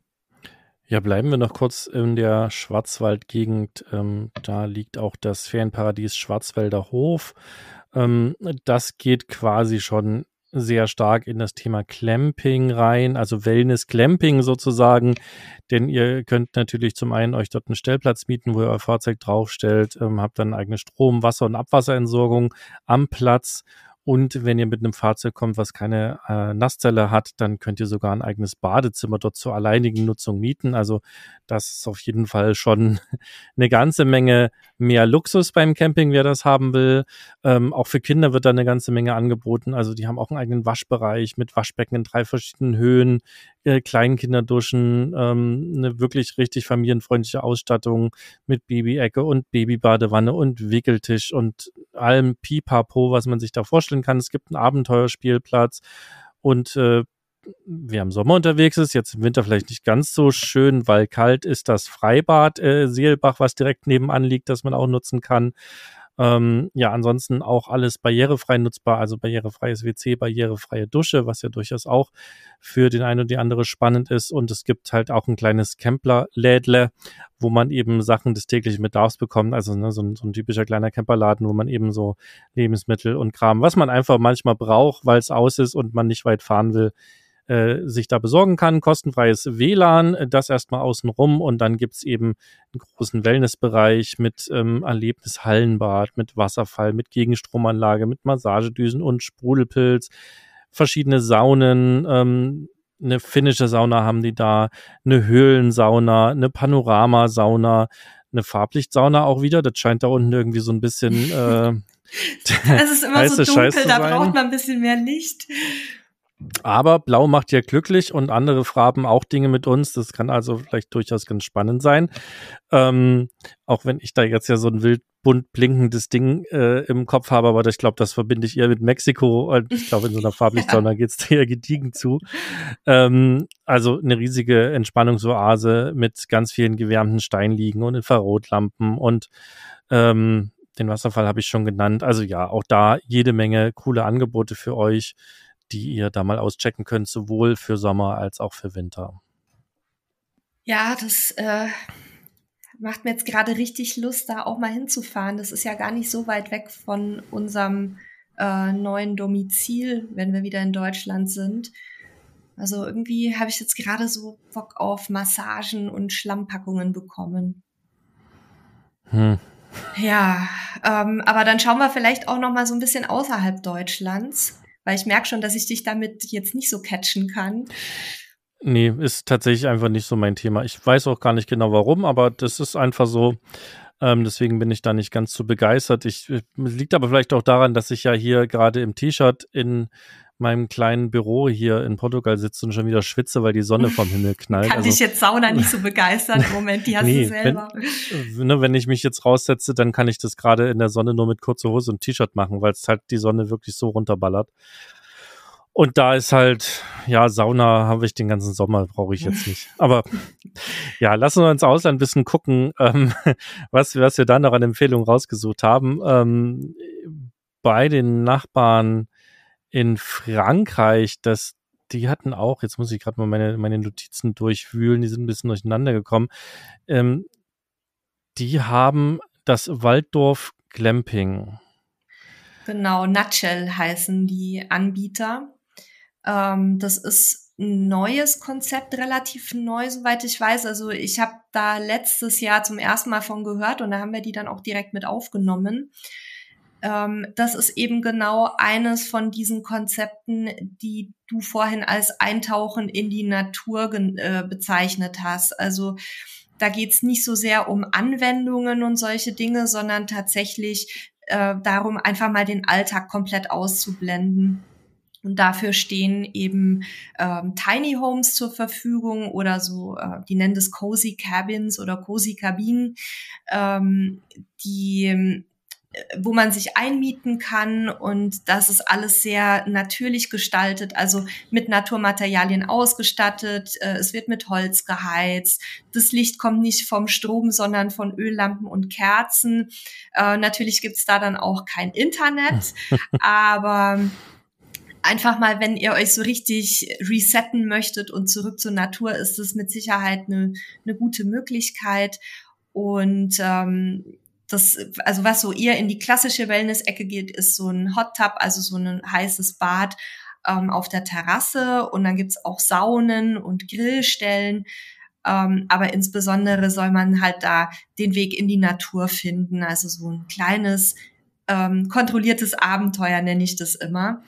Ja, bleiben wir noch kurz in der Schwarzwaldgegend. Ähm, da liegt auch das Ferienparadies Schwarzwälder Hof. Ähm, das geht quasi schon sehr stark in das Thema Clamping rein, also Wellness-Clamping sozusagen, denn ihr könnt natürlich zum einen euch dort einen Stellplatz mieten, wo ihr euer Fahrzeug draufstellt, ähm, habt dann eigene Strom-, Wasser- und Abwasserentsorgung am Platz. Und wenn ihr mit einem Fahrzeug kommt, was keine äh, Nasszelle hat, dann könnt ihr sogar ein eigenes Badezimmer dort zur alleinigen Nutzung mieten. Also das ist auf jeden Fall schon eine ganze Menge mehr Luxus beim Camping, wer das haben will. Ähm, auch für Kinder wird da eine ganze Menge angeboten. Also die haben auch einen eigenen Waschbereich mit Waschbecken in drei verschiedenen Höhen, äh, Kleinkinderduschen, ähm, eine wirklich richtig familienfreundliche Ausstattung mit Babyecke und Babybadewanne und Wickeltisch und allem Pipapo, was man sich da vorstellen kann. Es gibt einen Abenteuerspielplatz und äh, wer im Sommer unterwegs ist, jetzt im Winter vielleicht nicht ganz so schön, weil kalt ist, das Freibad äh, Seelbach, was direkt nebenan liegt, das man auch nutzen kann. Ähm, ja, ansonsten auch alles barrierefrei nutzbar, also barrierefreies W C, barrierefreie Dusche, was ja durchaus auch für den einen oder die andere spannend ist. Und es gibt halt auch ein kleines Campler-Lädle, wo man eben Sachen des täglichen Bedarfs bekommt, also ne, so, ein, so ein typischer kleiner Camperladen, wo man eben so Lebensmittel und Kram, was man einfach manchmal braucht, weil es aus ist und man nicht weit fahren will, äh, sich da besorgen kann. Kostenfreies W L A N, das erstmal außenrum und dann gibt's eben einen großen Wellnessbereich mit ähm, Erlebnishallenbad, mit Wasserfall, mit Gegenstromanlage, mit Massagedüsen und Sprudelpilz, verschiedene Saunen, ähm, eine finnische Sauna haben die da, eine Höhlensauna, eine Panoramasauna, eine Farblichtsauna auch wieder. Das scheint da unten irgendwie so ein bisschen äh, es ist immer so dunkel, da braucht man ein bisschen mehr Licht. Aber Blau macht ja glücklich und andere Farben auch Dinge mit uns. Das kann also vielleicht durchaus ganz spannend sein. Ähm, auch wenn ich da jetzt ja so ein wild bunt blinkendes Ding äh, im Kopf habe, aber ich glaube, das verbinde ich eher mit Mexiko. Und ich glaube, in so einer Farblichtsauna geht's da eher gediegen zu. Ähm, also eine riesige Entspannungsoase mit ganz vielen gewärmten Steinliegen und Infrarotlampen und ähm, den Wasserfall habe ich schon genannt. Also ja, auch da jede Menge coole Angebote für euch, die ihr da mal auschecken könnt, sowohl für Sommer als auch für Winter. Ja, das äh, macht mir jetzt gerade richtig Lust, da auch mal hinzufahren. Das ist ja gar nicht so weit weg von unserem äh, neuen Domizil, wenn wir wieder in Deutschland sind. Also irgendwie habe ich jetzt gerade so Bock auf Massagen und Schlammpackungen bekommen. Hm. Ja, ähm, aber dann schauen wir vielleicht auch noch mal so ein bisschen außerhalb Deutschlands. Weil ich merke schon, dass ich dich damit jetzt nicht so catchen kann. Nee, ist tatsächlich einfach nicht so mein Thema. Ich weiß auch gar nicht genau warum, aber das ist einfach so. Ähm, deswegen bin ich da nicht ganz so begeistert. Ich, es liegt aber vielleicht auch daran, dass ich ja hier gerade im T-Shirt in meinem kleinen Büro hier in Portugal sitze und schon wieder schwitze, weil die Sonne vom Himmel knallt. Kann Also, dich jetzt Sauna nicht so begeistern im Moment, die hast du nee, wenn, selber. äh, ne, wenn ich mich jetzt raussetze, dann kann ich das gerade in der Sonne nur mit kurzer Hose und T-Shirt machen, weil es halt die Sonne wirklich so runterballert. Und da ist halt, ja, Sauna habe ich den ganzen Sommer, brauche ich jetzt nicht. Aber ja, lassen wir ins Ausland ein bisschen gucken, ähm, was, was wir da noch an Empfehlungen rausgesucht haben. Ähm, bei den Nachbarn in Frankreich, das, die hatten auch, jetzt muss ich gerade mal meine, meine Notizen durchwühlen, die sind ein bisschen durcheinander gekommen. Ähm, die haben das Waldorf Glamping. Genau, Nutshell heißen die Anbieter. Ähm, das ist ein neues Konzept, relativ neu, soweit ich weiß. Also ich habe da letztes Jahr zum ersten Mal von gehört und da haben wir die dann auch direkt mit aufgenommen. Ähm, das ist eben genau eines von diesen Konzepten, die du vorhin als Eintauchen in die Natur äh, bezeichnet hast. Also da geht's nicht so sehr um Anwendungen und solche Dinge, sondern tatsächlich äh, darum, einfach mal den Alltag komplett auszublenden. Und dafür stehen eben ähm, Tiny Homes zur Verfügung oder so, äh, die nennen das Cozy Cabins oder Cozy Kabinen, ähm, die wo man sich einmieten kann, und das ist alles sehr natürlich gestaltet, also mit Naturmaterialien ausgestattet. Es wird mit Holz geheizt. Das Licht kommt nicht vom Strom, sondern von Öllampen und Kerzen. Äh, natürlich gibt's da dann auch kein Internet, aber einfach mal, wenn ihr euch so richtig resetten möchtet und zurück zur Natur, ist es mit Sicherheit eine, eine gute Möglichkeit. Und ähm, das, also was so eher in die klassische Wellness-Ecke geht, ist so ein Hot Tub, also so ein heißes Bad ähm, auf der Terrasse. Und dann gibt's auch Saunen und Grillstellen. Ähm, aber insbesondere soll man halt da den Weg in die Natur finden. Also so ein kleines, ähm, kontrolliertes Abenteuer nenne ich das immer.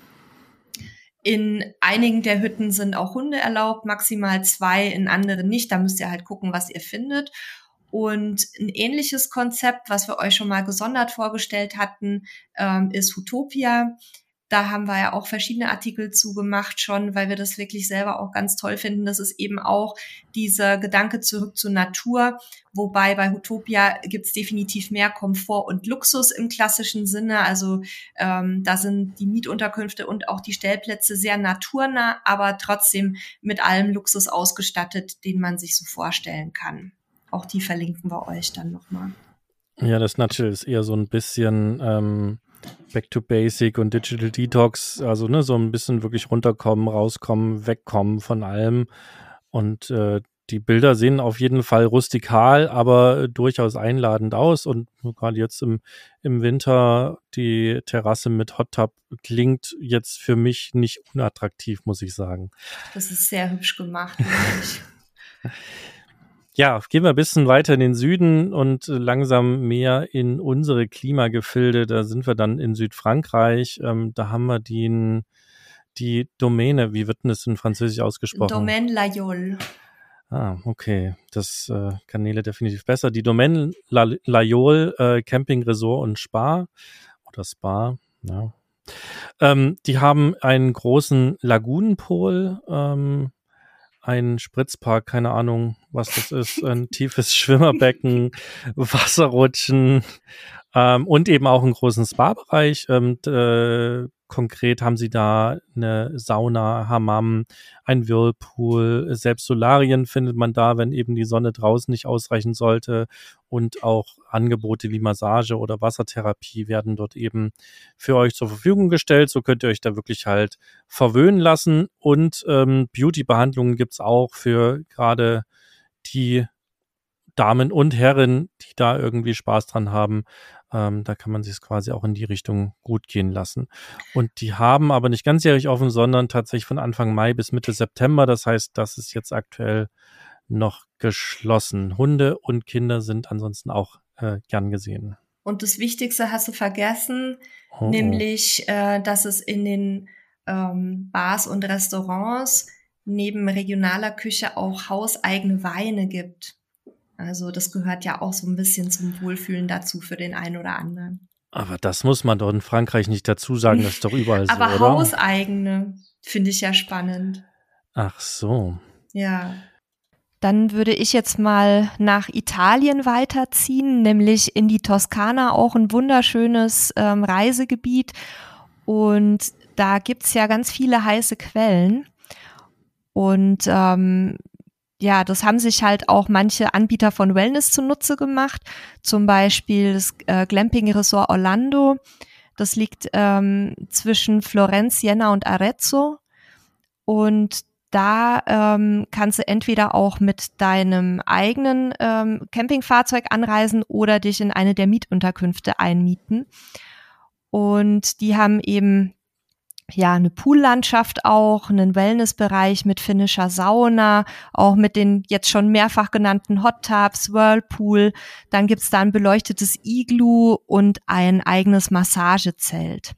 In einigen der Hütten sind auch Hunde erlaubt, maximal zwei, in anderen nicht. Da müsst ihr halt gucken, was ihr findet. Und ein ähnliches Konzept, was wir euch schon mal gesondert vorgestellt hatten, ähm, ist Utopia. Da haben wir ja auch verschiedene Artikel zugemacht schon, weil wir das wirklich selber auch ganz toll finden. Das ist eben auch dieser Gedanke zurück zur Natur. Wobei bei Utopia gibt's definitiv mehr Komfort und Luxus im klassischen Sinne. Also ähm, da sind die Mietunterkünfte und auch die Stellplätze sehr naturnah, aber trotzdem mit allem Luxus ausgestattet, den man sich so vorstellen kann. Auch die verlinken wir euch dann nochmal. Ja, das Nutshell ist eher so ein bisschen ähm, Back to Basic und Digital Detox, also ne, so ein bisschen wirklich runterkommen, rauskommen, wegkommen von allem. Und äh, die Bilder sehen auf jeden Fall rustikal, aber durchaus einladend aus. Und gerade jetzt im, im Winter die Terrasse mit Hot Tub klingt jetzt für mich nicht unattraktiv, muss ich sagen. Das ist sehr hübsch gemacht, wirklich. Ja, gehen wir ein bisschen weiter in den Süden und langsam mehr in unsere Klimagefilde. Da sind wir dann in Südfrankreich. Ähm, da haben wir den, die Domäne, wie wird denn das in Französisch ausgesprochen? Domaine Layol. Ah, okay. Das äh, kann Nele definitiv besser. Die Domaine La Layol äh, Camping, Resort und Spa oder Spa, ja. Ähm, die haben einen großen Lagunenpool, ähm, ein Spritzpark, keine Ahnung, was das ist, ein tiefes Schwimmerbecken, Wasserrutschen ähm, und eben auch einen großen Spa-Bereich. Ähm, äh, konkret haben sie da eine Sauna, Hammam, ein Whirlpool, selbst Solarien findet man da, wenn eben die Sonne draußen nicht ausreichen sollte, und auch Angebote wie Massage oder Wassertherapie werden dort eben für euch zur Verfügung gestellt. So könnt ihr euch da wirklich halt verwöhnen lassen, und ähm, Beauty-Behandlungen gibt's auch für gerade die Damen und Herren, die da irgendwie Spaß dran haben. Ähm, da kann man sich quasi auch in die Richtung gut gehen lassen. Und die haben aber nicht ganzjährig offen, sondern tatsächlich von Anfang Mai bis Mitte September. Das heißt, das ist jetzt aktuell noch geschlossen. Hunde und Kinder sind ansonsten auch äh, gern gesehen. Und das Wichtigste hast du vergessen, Oh, oh. nämlich, äh, dass es in den ähm, Bars und Restaurants neben regionaler Küche auch hauseigene Weine gibt. Also das gehört ja auch so ein bisschen zum Wohlfühlen dazu für den einen oder anderen. Aber das muss man doch in Frankreich nicht dazu sagen, das ist doch überall so, Aber oder? hauseigene finde ich ja spannend. Ach so. Ja. Dann würde ich jetzt mal nach Italien weiterziehen, nämlich in die Toskana, auch ein wunderschönes ähm, Reisegebiet. Und da gibt's ja ganz viele heiße Quellen. Und ähm, ja, das haben sich halt auch manche Anbieter von Wellness zunutze gemacht. Zum Beispiel das äh, Glamping Resort Orlando. Das liegt ähm, zwischen Florenz, Siena und Arezzo. Und da ähm, kannst du entweder auch mit deinem eigenen ähm, Campingfahrzeug anreisen oder dich in eine der Mietunterkünfte einmieten. Und die haben eben ja eine Poollandschaft auch, einen Wellnessbereich mit finnischer Sauna, auch mit den jetzt schon mehrfach genannten Hot Tubs, Whirlpool. Dann gibt's da ein beleuchtetes Igloo und ein eigenes Massagezelt.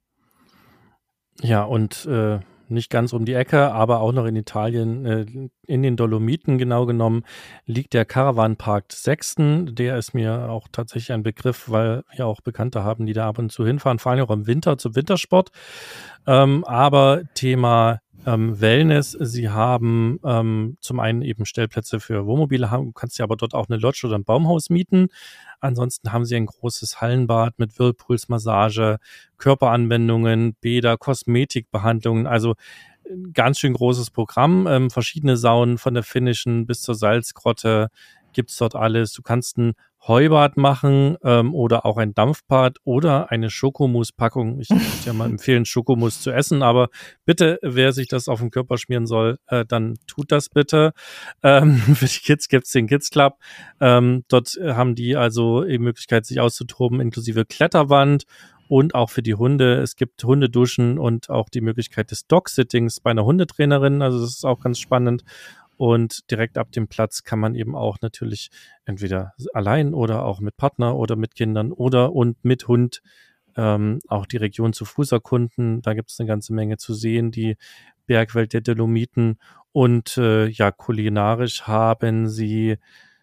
Ja, und äh, nicht ganz um die Ecke, aber auch noch in Italien, äh, in den Dolomiten genau genommen, liegt der Caravanpark Sexten. Der ist mir auch tatsächlich ein Begriff, weil wir auch Bekannte haben, die da ab und zu hinfahren, vor allem auch im Winter zum Wintersport. Ähm, aber Thema ähm, Wellness, sie haben ähm, zum einen eben Stellplätze für Wohnmobile, haben, du kannst ja aber dort auch eine Lodge oder ein Baumhaus mieten. Ansonsten haben sie ein großes Hallenbad mit Whirlpools, Massage, Körperanwendungen, Bäder, Kosmetikbehandlungen, also ein ganz schön großes Programm, ähm, verschiedene Saunen von der finnischen bis zur Salzgrotte gibt's dort alles. Du kannst ein Heubad machen ähm, oder auch ein Dampfbad oder eine Schokomus-Packung. Ich würde ja mal empfehlen, Schokomus zu essen, aber bitte, wer sich das auf den Körper schmieren soll, äh, dann tut das bitte. Ähm, für die Kids gibt's den Kids Club. Ähm, dort haben die also die Möglichkeit, sich auszutoben, inklusive Kletterwand. Und auch für die Hunde. Es gibt Hundeduschen und auch die Möglichkeit des Dog-Sittings bei einer Hundetrainerin. Also das ist auch ganz spannend. Und direkt ab dem Platz kann man eben auch natürlich entweder allein oder auch mit Partner oder mit Kindern oder und mit Hund ähm, auch die Region zu Fuß erkunden. Da gibt es eine ganze Menge zu sehen, die Bergwelt der Dolomiten. Und äh, ja, kulinarisch haben sie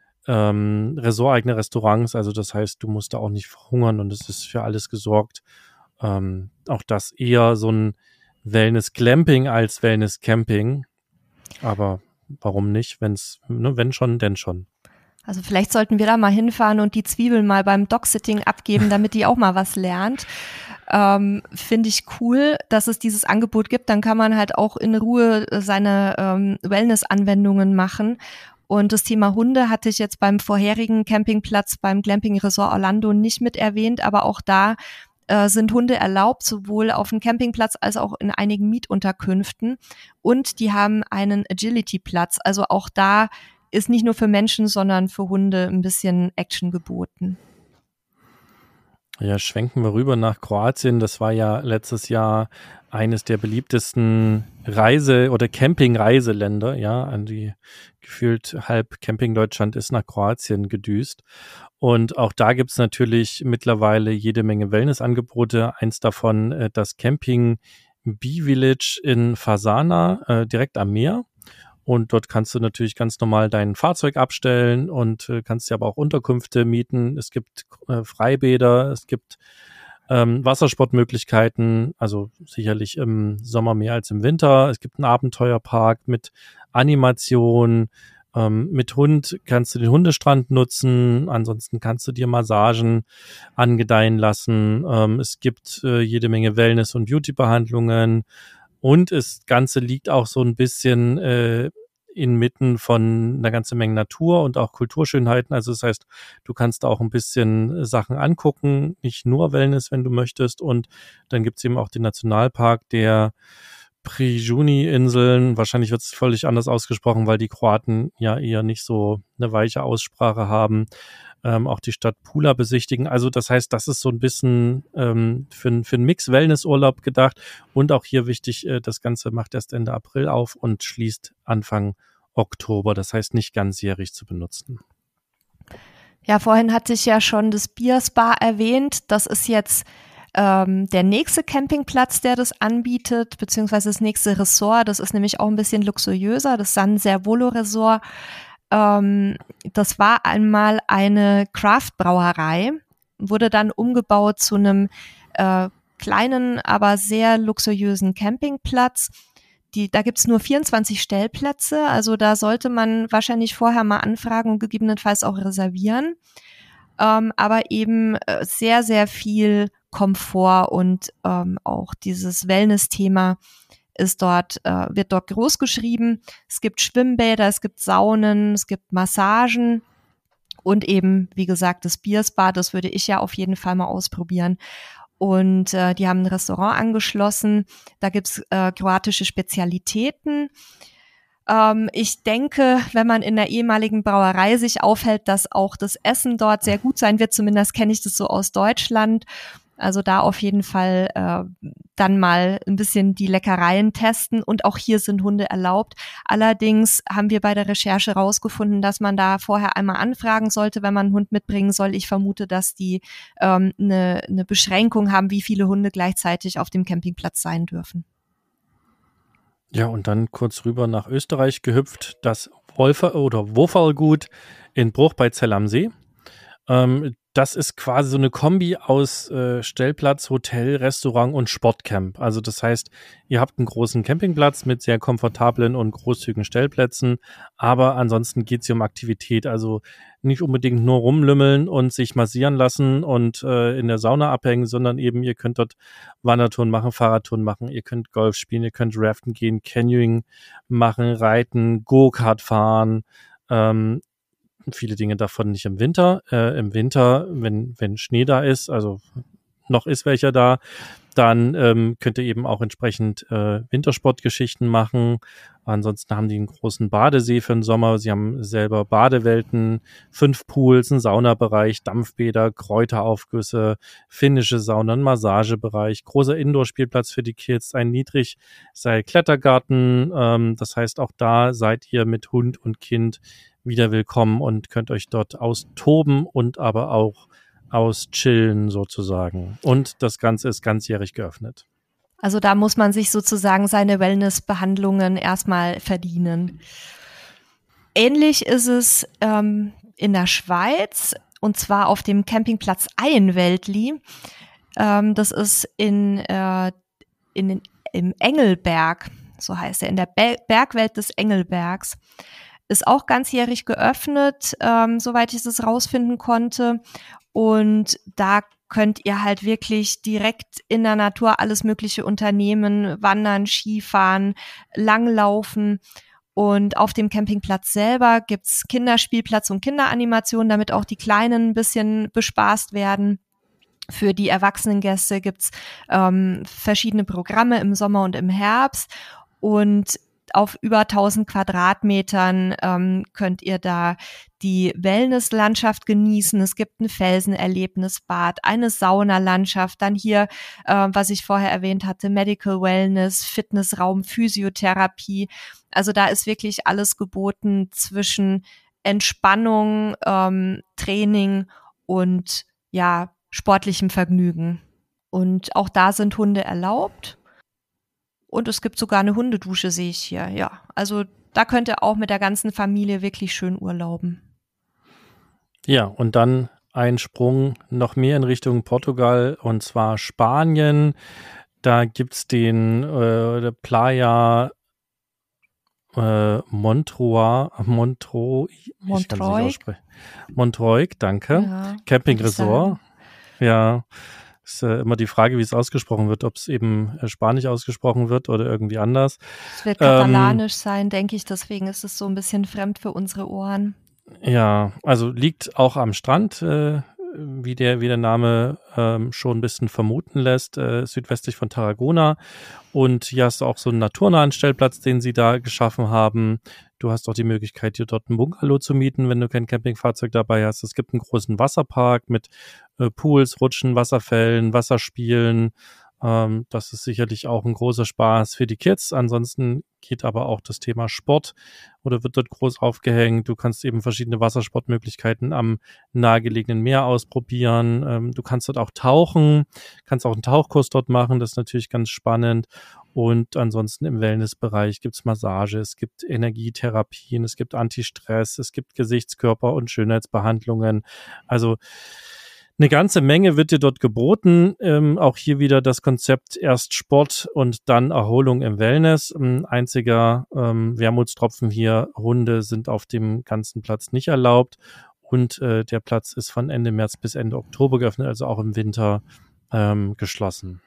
ähm, ressorteigene Restaurants. Also das heißt, du musst da auch nicht verhungern und es ist für alles gesorgt. Ähm, auch das eher so ein Wellness-Glamping als Wellness-Camping. Aber warum nicht? Wenn's, ne, wenn schon, denn schon. Also vielleicht sollten wir da mal hinfahren und die Zwiebeln mal beim Dog-Sitting abgeben, damit die auch mal was lernt. Ähm, finde ich cool, dass es dieses Angebot gibt. Dann kann man halt auch in Ruhe seine ähm, Wellness-Anwendungen machen. Und das Thema Hunde hatte ich jetzt beim vorherigen Campingplatz beim Glamping Resort Orlando nicht mit erwähnt, aber auch da äh, sind Hunde erlaubt, sowohl auf dem Campingplatz als auch in einigen Mietunterkünften. Und die haben einen Agility-Platz. Also auch da ist nicht nur für Menschen, sondern für Hunde ein bisschen Action geboten. Ja, schwenken wir rüber nach Kroatien. Das war ja letztes Jahr eines der beliebtesten Reise- oder Camping-Reiseländer. Ja, an die gefühlt halb Camping-Deutschland ist nach Kroatien gedüst. Und auch da gibt's natürlich mittlerweile jede Menge Wellnessangebote. Eins davon äh, das Camping Bee Village in Fasana, äh, direkt am Meer. Und dort kannst du natürlich ganz normal dein Fahrzeug abstellen und äh, kannst dir aber auch Unterkünfte mieten. Es gibt äh, Freibäder, es gibt ähm, Wassersportmöglichkeiten, also sicherlich im Sommer mehr als im Winter. Es gibt einen Abenteuerpark mit Animation. Ähm, mit Hund kannst du den Hundestrand nutzen. Ansonsten kannst du dir Massagen angedeihen lassen. Ähm, es gibt äh, jede Menge Wellness- und Beauty-Behandlungen. Und das Ganze liegt auch so ein bisschen äh, inmitten von einer ganzen Menge Natur und auch Kulturschönheiten. Also das heißt, du kannst auch ein bisschen Sachen angucken, nicht nur Wellness, wenn du möchtest. Und dann gibt's eben auch den Nationalpark der Prijuni-Inseln. Wahrscheinlich wird es völlig anders ausgesprochen, weil die Kroaten ja eher nicht so eine weiche Aussprache haben. Ähm, auch die Stadt Pula besichtigen. Also das heißt, das ist so ein bisschen ähm, für, für einen Mix-Wellness-Urlaub gedacht. Und auch hier wichtig, äh, das Ganze macht erst Ende April auf und schließt Anfang Oktober. Das heißt, nicht ganzjährig zu benutzen. Ja, vorhin hatte ich ja schon das Bierspa erwähnt. Das ist jetzt Ähm, der nächste Campingplatz, der das anbietet, beziehungsweise das nächste Resort, das ist nämlich auch ein bisschen luxuriöser, das San Servolo Resort. Ähm, das war einmal eine Craft-Brauerei, wurde dann umgebaut zu einem äh, kleinen, aber sehr luxuriösen Campingplatz. Die, da gibt's nur vierundzwanzig Stellplätze, also da sollte man wahrscheinlich vorher mal anfragen und gegebenenfalls auch reservieren. Ähm, aber eben äh, sehr, sehr viel Komfort und ähm, auch dieses Wellness-Thema ist dort, äh, wird dort groß geschrieben. Es gibt Schwimmbäder, es gibt Saunen, es gibt Massagen und eben, wie gesagt, das Bierspa, das würde ich ja auf jeden Fall mal ausprobieren. Und äh, die haben ein Restaurant angeschlossen, da gibt's äh, kroatische Spezialitäten. Ähm, ich denke, wenn man in der ehemaligen Brauerei sich aufhält, dass auch das Essen dort sehr gut sein wird, zumindest kenne ich das so aus Deutschland. Also da auf jeden Fall äh, dann mal ein bisschen die Leckereien testen und auch hier sind Hunde erlaubt. Allerdings haben wir bei der Recherche rausgefunden, dass man da vorher einmal anfragen sollte, wenn man einen Hund mitbringen soll. Ich vermute, dass die ähm, eine, eine Beschränkung haben, wie viele Hunde gleichzeitig auf dem Campingplatz sein dürfen. Ja, und dann kurz rüber nach Österreich gehüpft, das Wolfer oder Wofalgut in Bruch bei Zell am See. Ähm, das ist quasi so eine Kombi aus äh, Stellplatz, Hotel, Restaurant und Sportcamp. Also das heißt, ihr habt einen großen Campingplatz mit sehr komfortablen und großzügigen Stellplätzen, aber ansonsten geht es hier um Aktivität. Also nicht unbedingt nur rumlümmeln und sich massieren lassen und äh, in der Sauna abhängen, sondern eben ihr könnt dort Wandertouren machen, Fahrradtouren machen, ihr könnt Golf spielen, ihr könnt Raften gehen, Canyoning machen, reiten, Go-Kart fahren, ähm, viele Dinge davon nicht im Winter. Äh, im Winter, wenn, wenn Schnee da ist, also noch ist welcher da, dann ähm, könnt ihr eben auch entsprechend äh, Wintersportgeschichten machen. Ansonsten haben die einen großen Badesee für den Sommer. Sie haben selber Badewelten, fünf Pools, einen Saunabereich, Dampfbäder, Kräuteraufgüsse, finnische Sauna, einen Massagebereich, großer Indoor-Spielplatz für die Kids, ein Niedrigseil-Klettergarten. Ähm, das heißt, auch da seid ihr mit Hund und Kind wieder willkommen und könnt euch dort austoben und aber auch auschillen sozusagen. Und das Ganze ist ganzjährig geöffnet. Also da muss man sich sozusagen seine Wellnessbehandlungen erstmal verdienen. Ähnlich ist es ähm, in der Schweiz und zwar auf dem Campingplatz Eienwäldli. Ähm, das ist in, äh, in den, im Engelberg, so heißt er, in der Be- Bergwelt des Engelbergs. Ist auch ganzjährig geöffnet, ähm, soweit ich es rausfinden konnte. Und da könnt ihr halt wirklich direkt in der Natur alles Mögliche unternehmen, wandern, Skifahren, langlaufen. Und auf dem Campingplatz selber gibt's Kinderspielplatz und Kinderanimation, damit auch die Kleinen ein bisschen bespaßt werden. Für die erwachsenen Gäste gibt's ähm, verschiedene Programme im Sommer und im Herbst. Und auf über tausend Quadratmetern ähm, könnt ihr da die Wellnesslandschaft genießen. Es gibt ein Felsenerlebnisbad, eine Saunalandschaft, dann hier, äh, was ich vorher erwähnt hatte, Medical Wellness, Fitnessraum, Physiotherapie. Also da ist wirklich alles geboten zwischen Entspannung, ähm, Training und ja, sportlichem Vergnügen. Und auch da sind Hunde erlaubt. Und es gibt sogar eine Hundedusche, sehe ich hier. Ja, also da könnt ihr auch mit der ganzen Familie wirklich schön urlauben. Ja, und dann ein Sprung noch mehr in Richtung Portugal und zwar Spanien. Da gibt's den äh, Playa äh, Montroy, Montreux, ich kann es nicht aussprechen. Montroig, danke. Ja, Campingresort. Ja. Ist äh, immer die Frage, wie es ausgesprochen wird, ob es eben äh, Spanisch ausgesprochen wird oder irgendwie anders. Es wird katalanisch ähm, sein, denke ich, deswegen ist es so ein bisschen fremd für unsere Ohren. Ja, also liegt auch am Strand, äh, wie der, wie der Name ähm, schon ein bisschen vermuten lässt, äh, südwestlich von Tarragona. Und hier hast du auch so einen naturnahen Stellplatz, den sie da geschaffen haben. Du hast auch die Möglichkeit, hier dort ein Bungalow zu mieten, wenn du kein Campingfahrzeug dabei hast. Es gibt einen großen Wasserpark mit äh, Pools, Rutschen, Wasserfällen, Wasserspielen. Ähm, das ist sicherlich auch ein großer Spaß für die Kids. Ansonsten geht aber auch das Thema Sport oder wird dort groß aufgehängt. Du kannst eben verschiedene Wassersportmöglichkeiten am nahegelegenen Meer ausprobieren. Ähm, du kannst dort auch tauchen, kannst auch einen Tauchkurs dort machen. Das ist natürlich ganz spannend. Und ansonsten im Wellnessbereich gibt's Massage, es gibt Energietherapien, es gibt Antistress, es gibt Gesichtskörper- und Schönheitsbehandlungen. Also eine ganze Menge wird dir dort geboten. Ähm, auch hier wieder das Konzept erst Sport und dann Erholung im Wellness. Ein einziger ähm, Wermutstropfen hier, Hunde sind auf dem ganzen Platz nicht erlaubt. Und äh, der Platz ist von Ende März bis Ende Oktober geöffnet, also auch im Winter ähm, geschlossen.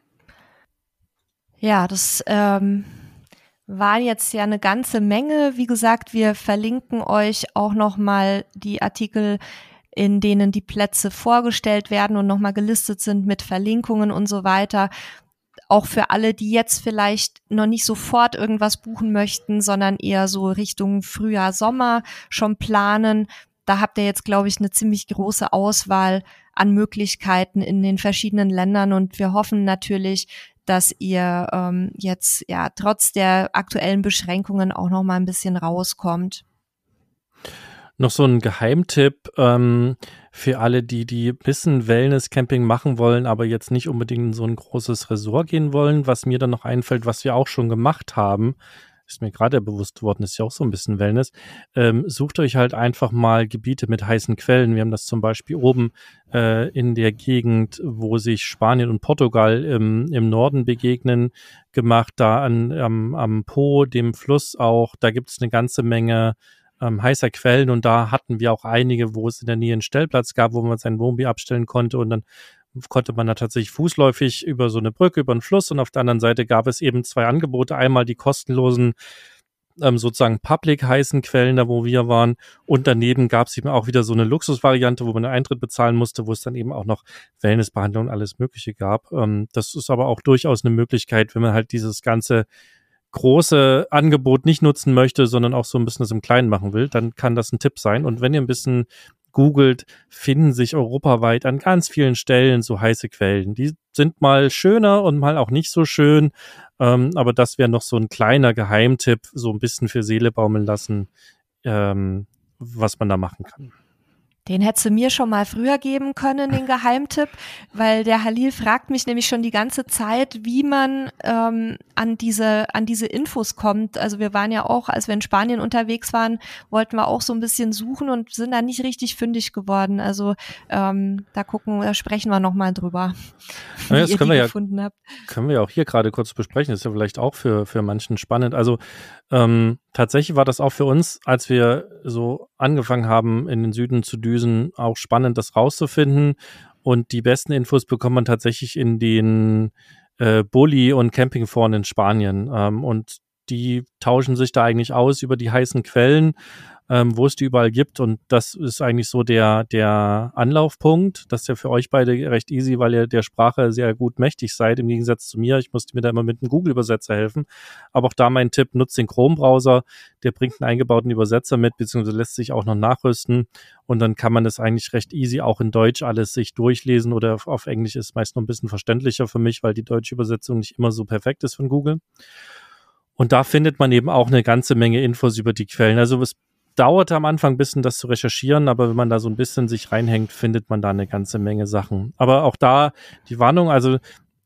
Ja, das ähm, war jetzt ja eine ganze Menge. Wie gesagt, wir verlinken euch auch nochmal die Artikel, in denen die Plätze vorgestellt werden und nochmal gelistet sind mit Verlinkungen und so weiter. Auch für alle, die jetzt vielleicht noch nicht sofort irgendwas buchen möchten, sondern eher so Richtung Frühjahr, Sommer schon planen. Da habt ihr jetzt, glaube ich, eine ziemlich große Auswahl an Möglichkeiten in den verschiedenen Ländern und wir hoffen natürlich, dass ihr ähm, jetzt ja trotz der aktuellen Beschränkungen auch noch mal ein bisschen rauskommt. Noch so ein Geheimtipp ähm, für alle, die die ein bisschen Wellness-Camping machen wollen, aber jetzt nicht unbedingt in so ein großes Resort gehen wollen. Was mir dann noch einfällt, was wir auch schon gemacht haben, ist mir gerade bewusst worden, ist ja auch so ein bisschen Wellness. Ähm, sucht euch halt einfach mal Gebiete mit heißen Quellen. Wir haben das zum Beispiel oben äh, in der Gegend, wo sich Spanien und Portugal im, im Norden begegnen, gemacht, da an, am, am Po, dem Fluss auch. Da gibt es eine ganze Menge ähm, heißer Quellen und da hatten wir auch einige, wo es in der Nähe einen Stellplatz gab, wo man sein Wohnmobil abstellen konnte und dann konnte man da tatsächlich fußläufig über so eine Brücke, über einen Fluss und auf der anderen Seite gab es eben zwei Angebote. Einmal die kostenlosen ähm, sozusagen public heißen Quellen, da wo wir waren und daneben gab es eben auch wieder so eine Luxusvariante, wo man einen Eintritt bezahlen musste, wo es dann eben auch noch Wellnessbehandlung und alles Mögliche gab. Ähm, das ist aber auch durchaus eine Möglichkeit, wenn man halt dieses ganze große Angebot nicht nutzen möchte, sondern auch so ein bisschen das im Kleinen machen will, dann kann das ein Tipp sein. Und wenn ihr ein bisschen googelt, finden sich europaweit an ganz vielen Stellen so heiße Quellen. Die sind mal schöner und mal auch nicht so schön, ähm, aber das wäre noch so ein kleiner Geheimtipp, so ein bisschen für Seele baumeln lassen, ähm, was man da machen kann. Den hättest du mir schon mal früher geben können, den Geheimtipp, weil der Halil fragt mich nämlich schon die ganze Zeit, wie man ähm, an diese an diese Infos kommt. Also wir waren ja auch, als wir in Spanien unterwegs waren, wollten wir auch so ein bisschen suchen und sind da nicht richtig fündig geworden. Also ähm, da gucken, da sprechen wir noch mal drüber, wie ja, das ihr können die wir ja, gefunden habt. Können wir ja auch hier gerade kurz besprechen. Das ist ja vielleicht auch für für manchen spannend. Also ähm, tatsächlich war das auch für uns, als wir so angefangen haben, in den Süden zu düsen, auch spannend, das rauszufinden. Und die besten Infos bekommt man tatsächlich in den äh, Bulli- und Campingforen in Spanien. Ähm, und die tauschen sich da eigentlich aus über die heißen Quellen, ähm, wo es die überall gibt. Und das ist eigentlich so der, der Anlaufpunkt. Das ist ja für euch beide recht easy, weil ihr der Sprache sehr gut mächtig seid, im Gegensatz zu mir. Ich musste mir da immer mit einem Google-Übersetzer helfen. Aber auch da mein Tipp, nutzt den Chrome-Browser. Der bringt einen eingebauten Übersetzer mit, beziehungsweise lässt sich auch noch nachrüsten. Und dann kann man das eigentlich recht easy auch in Deutsch alles sich durchlesen oder auf, auf Englisch ist meist noch ein bisschen verständlicher für mich, weil die deutsche Übersetzung nicht immer so perfekt ist von Google. Und da findet man eben auch eine ganze Menge Infos über die Quellen. Also es dauerte am Anfang ein bisschen, das zu recherchieren, aber wenn man da so ein bisschen sich reinhängt, findet man da eine ganze Menge Sachen. Aber auch da die Warnung, also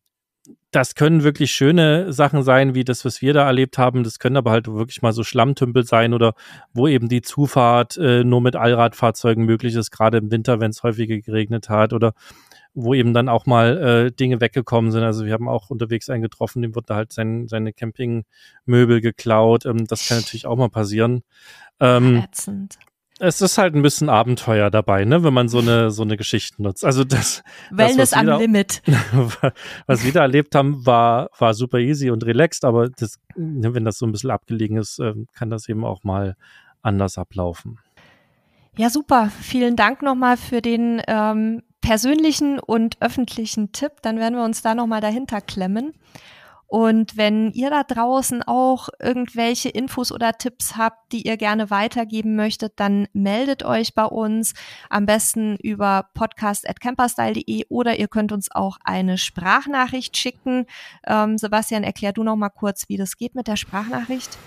das können wirklich schöne Sachen sein, wie das, was wir da erlebt haben. Das können aber halt wirklich mal so Schlammtümpel sein oder wo eben die Zufahrt äh, nur mit Allradfahrzeugen möglich ist, gerade im Winter, wenn es häufiger geregnet hat oder wo eben dann auch mal äh, Dinge weggekommen sind. Also wir haben auch unterwegs einen getroffen, dem wurde halt sein, seine Campingmöbel geklaut. Ähm, das kann natürlich auch mal passieren. Ähm, Ätzend. Es ist halt ein bisschen Abenteuer dabei, ne, wenn man so eine so eine Geschichte nutzt. Also das Wellness das, am Limit. was wir da erlebt haben, war war super easy und relaxed, aber das, wenn das so ein bisschen abgelegen ist, kann das eben auch mal anders ablaufen. Ja, super. Vielen Dank nochmal für den ähm, persönlichen und öffentlichen Tipp. Dann werden wir uns da nochmal dahinter klemmen. Und wenn ihr da draußen auch irgendwelche Infos oder Tipps habt, die ihr gerne weitergeben möchtet, dann meldet euch bei uns, am besten über podcast at camperstyle punkt de oder ihr könnt uns auch eine Sprachnachricht schicken. Ähm, Sebastian, erklär du noch mal kurz, wie das geht mit der Sprachnachricht.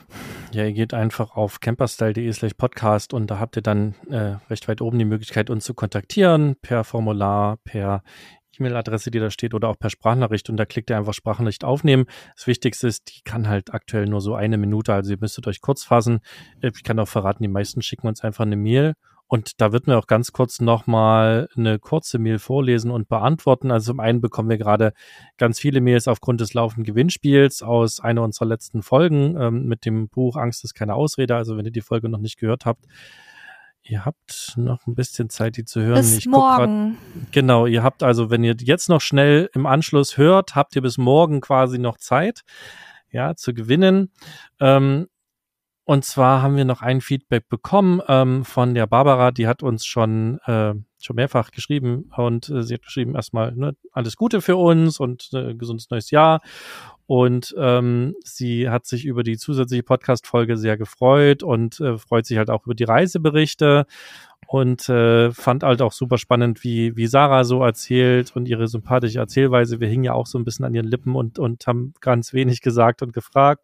Ja, ihr geht einfach auf camperstyle punkt de slash podcast und da habt ihr dann äh, recht weit oben die Möglichkeit, uns zu kontaktieren, per Formular, per E-Mail-Adresse, die da steht, oder auch per Sprachnachricht, und da klickt ihr einfach Sprachnachricht aufnehmen. Das Wichtigste ist, die kann halt aktuell nur so eine Minute, also ihr müsstet euch kurz fassen. Ich kann auch verraten, die meisten schicken uns einfach eine Mail. Und da wird mir auch ganz kurz nochmal eine kurze Mail vorlesen und beantworten. Also zum einen bekommen wir gerade ganz viele Mails aufgrund des laufenden Gewinnspiels aus einer unserer letzten Folgen ähm, mit dem Buch Angst ist keine Ausrede. Also wenn ihr die Folge noch nicht gehört habt, ihr habt noch ein bisschen Zeit, die zu hören. Bis ich guck morgen. Grad, genau, ihr habt also, wenn ihr jetzt noch schnell im Anschluss hört, habt ihr bis morgen quasi noch Zeit, ja, zu gewinnen. Ähm, Und zwar haben wir noch ein Feedback bekommen ähm, von der Barbara, die hat uns schon äh, schon mehrfach geschrieben und äh, sie hat geschrieben erstmal, ne, alles Gute für uns und äh, gesundes neues Jahr. Und ähm, sie hat sich über die zusätzliche Podcast-Folge sehr gefreut und äh, freut sich halt auch über die Reiseberichte und äh, fand halt auch super spannend, wie wie Sarah so erzählt und ihre sympathische Erzählweise. Wir hingen ja auch so ein bisschen an ihren Lippen und und haben ganz wenig gesagt und gefragt.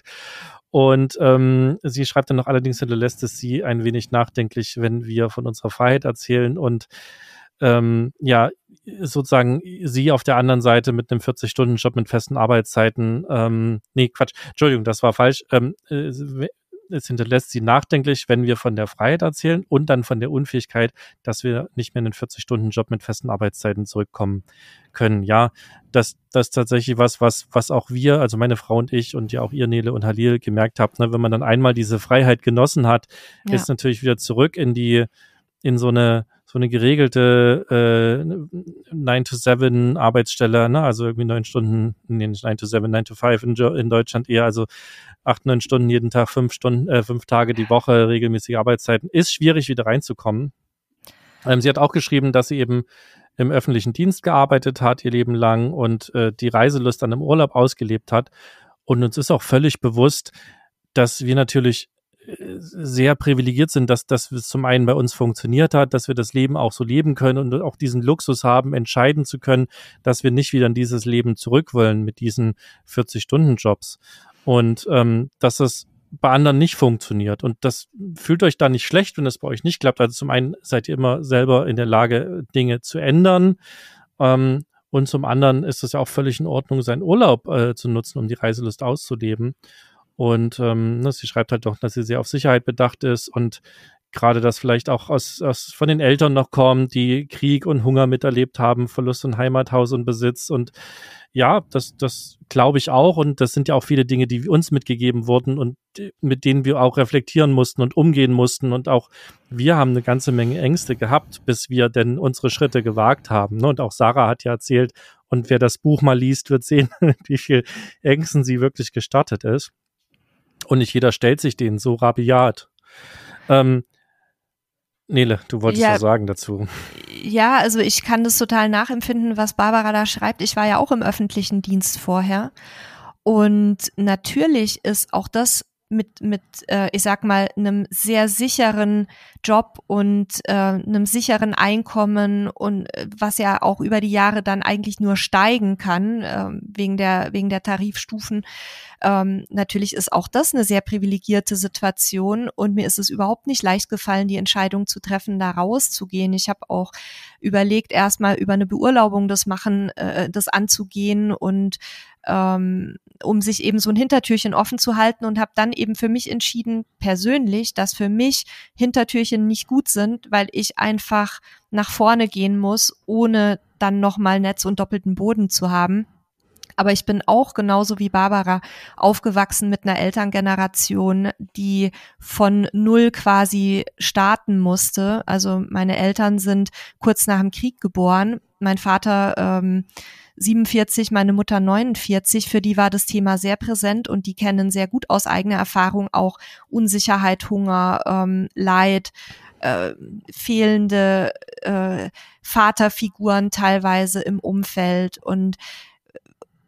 Und ähm, sie schreibt dann noch, allerdings hinterlässt es sie ein wenig nachdenklich, wenn wir von unserer Freiheit erzählen und ähm, ja, sozusagen sie auf der anderen Seite mit einem vierzig-Stunden-Job mit festen Arbeitszeiten, ähm, nee, Quatsch, Entschuldigung, das war falsch, ähm, äh, es hinterlässt sie nachdenklich, wenn wir von der Freiheit erzählen und dann von der Unfähigkeit, dass wir nicht mehr in einen vierzig-Stunden-Job mit festen Arbeitszeiten zurückkommen können. Ja, das, das ist tatsächlich was, was, was auch wir, also meine Frau und ich und ja auch ihr, Nele und Halil, gemerkt habt, ne, wenn man dann einmal diese Freiheit genossen hat, ja. ist natürlich wieder zurück in die, in so eine, so eine geregelte äh, nine to seven Arbeitsstelle, ne, also irgendwie neun Stunden, nee, nicht nine to seven, nine to five in, in Deutschland eher, also acht, neun Stunden jeden Tag, fünf Stunden, äh, fünf Tage die Woche, regelmäßige Arbeitszeiten, ist schwierig wieder reinzukommen. Ähm, sie hat auch geschrieben, dass sie eben im öffentlichen Dienst gearbeitet hat, ihr Leben lang und äh, die Reiselust dann im Urlaub ausgelebt hat. Und uns ist auch völlig bewusst, dass wir natürlich äh, sehr privilegiert sind, dass, dass es zum einen bei uns funktioniert hat, dass wir das Leben auch so leben können und auch diesen Luxus haben, entscheiden zu können, dass wir nicht wieder in dieses Leben zurück wollen mit diesen vierzig-Stunden-Jobs. Und ähm, dass es bei anderen nicht funktioniert. Und das fühlt euch da nicht schlecht, wenn es bei euch nicht klappt. Also zum einen seid ihr immer selber in der Lage, Dinge zu ändern. Ähm, und zum anderen ist es ja auch völlig in Ordnung, seinen Urlaub äh, zu nutzen, um die Reiselust auszuleben. Und ähm, ne, sie schreibt halt doch, dass sie sehr auf Sicherheit bedacht ist und gerade das vielleicht auch aus, aus von den Eltern noch kommt, die Krieg und Hunger miterlebt haben, Verlust von Heimathaus und Besitz. Und ja, das, das glaube ich auch. Und das sind ja auch viele Dinge, die uns mitgegeben wurden und mit denen wir auch reflektieren mussten und umgehen mussten. Und auch wir haben eine ganze Menge Ängste gehabt, bis wir denn unsere Schritte gewagt haben. Und auch Sarah hat ja erzählt, und wer das Buch mal liest, wird sehen, wie viel Ängsten sie wirklich gestartet ist. Und nicht jeder stellt sich denen so rabiat. Ähm, Nele, du wolltest ja was sagen dazu. Ja, also ich kann das total nachempfinden, was Barbara da schreibt. Ich war ja auch im öffentlichen Dienst vorher. Und natürlich ist auch das mit, mit äh, ich sag mal, einem sehr sicheren Job und äh, einem sicheren Einkommen und äh, was ja auch über die Jahre dann eigentlich nur steigen kann, äh, wegen der, wegen der Tarifstufen. Ähm, natürlich ist auch das eine sehr privilegierte Situation und mir ist es überhaupt nicht leicht gefallen, die Entscheidung zu treffen, da rauszugehen. Ich habe auch überlegt, erstmal über eine Beurlaubung das machen, äh, das anzugehen und ähm, um sich eben so ein Hintertürchen offen zu halten und habe dann eben für mich entschieden, persönlich, dass für mich Hintertürchen nicht gut sind, weil ich einfach nach vorne gehen muss, ohne dann nochmal Netz und doppelten Boden zu haben. Aber ich bin auch genauso wie Barbara aufgewachsen mit einer Elterngeneration, die von null quasi starten musste. Also meine Eltern sind kurz nach dem Krieg geboren. Mein Vater ähm, siebenundvierzig, meine Mutter neunundvierzig. Für die war das Thema sehr präsent und die kennen sehr gut aus eigener Erfahrung auch Unsicherheit, Hunger, ähm, Leid, äh, fehlende äh, Vaterfiguren teilweise im Umfeld und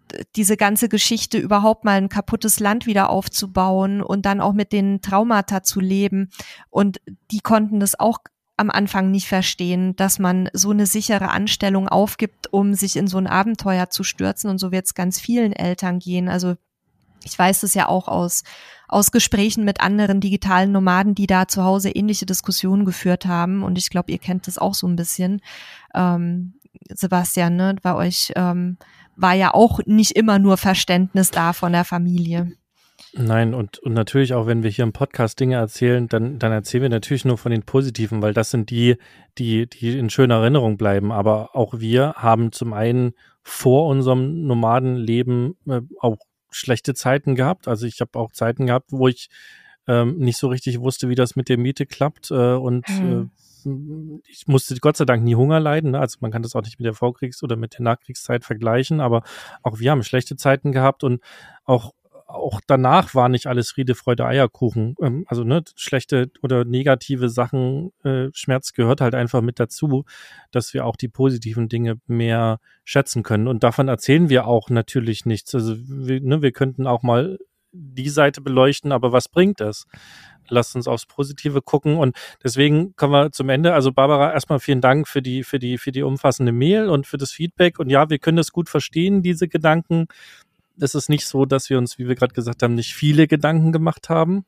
diese ganze Geschichte überhaupt mal ein kaputtes Land wieder aufzubauen und dann auch mit den Traumata zu leben. Und die konnten das auch am Anfang nicht verstehen, dass man so eine sichere Anstellung aufgibt, um sich in so ein Abenteuer zu stürzen. Und so wird es ganz vielen Eltern gehen. Also ich weiß es ja auch aus, aus Gesprächen mit anderen digitalen Nomaden, die da zu Hause ähnliche Diskussionen geführt haben. Und ich glaube, ihr kennt das auch so ein bisschen. Ähm, Sebastian, ne, bei euch ähm, war ja auch nicht immer nur Verständnis da von der Familie. Nein, und, und natürlich auch, wenn wir hier im Podcast Dinge erzählen, dann, dann erzählen wir natürlich nur von den Positiven, weil das sind die, die, die in schöner Erinnerung bleiben. Aber auch wir haben zum einen vor unserem Nomadenleben äh, auch schlechte Zeiten gehabt. Also ich habe auch Zeiten gehabt, wo ich ähm, nicht so richtig wusste, wie das mit der Miete klappt äh, und hm. äh, ich musste Gott sei Dank nie Hunger leiden, ne? Also man kann das auch nicht mit der Vorkriegs- oder mit der Nachkriegszeit vergleichen, aber auch wir haben schlechte Zeiten gehabt und auch auch danach war nicht alles Friede, Freude, Eierkuchen. Ähm, also ne, schlechte oder negative Sachen, äh, Schmerz gehört halt einfach mit dazu, dass wir auch die positiven Dinge mehr schätzen können. Und davon erzählen wir auch natürlich nichts. Also wir, ne, wir könnten auch mal die Seite beleuchten, aber was bringt es? Lasst uns aufs Positive gucken und deswegen kommen wir zum Ende. Also Barbara, erstmal vielen Dank für die, für die, für die umfassende Mail und für das Feedback und ja, wir können das gut verstehen, diese Gedanken. Es ist nicht so, dass wir uns, wie wir gerade gesagt haben, nicht viele Gedanken gemacht haben.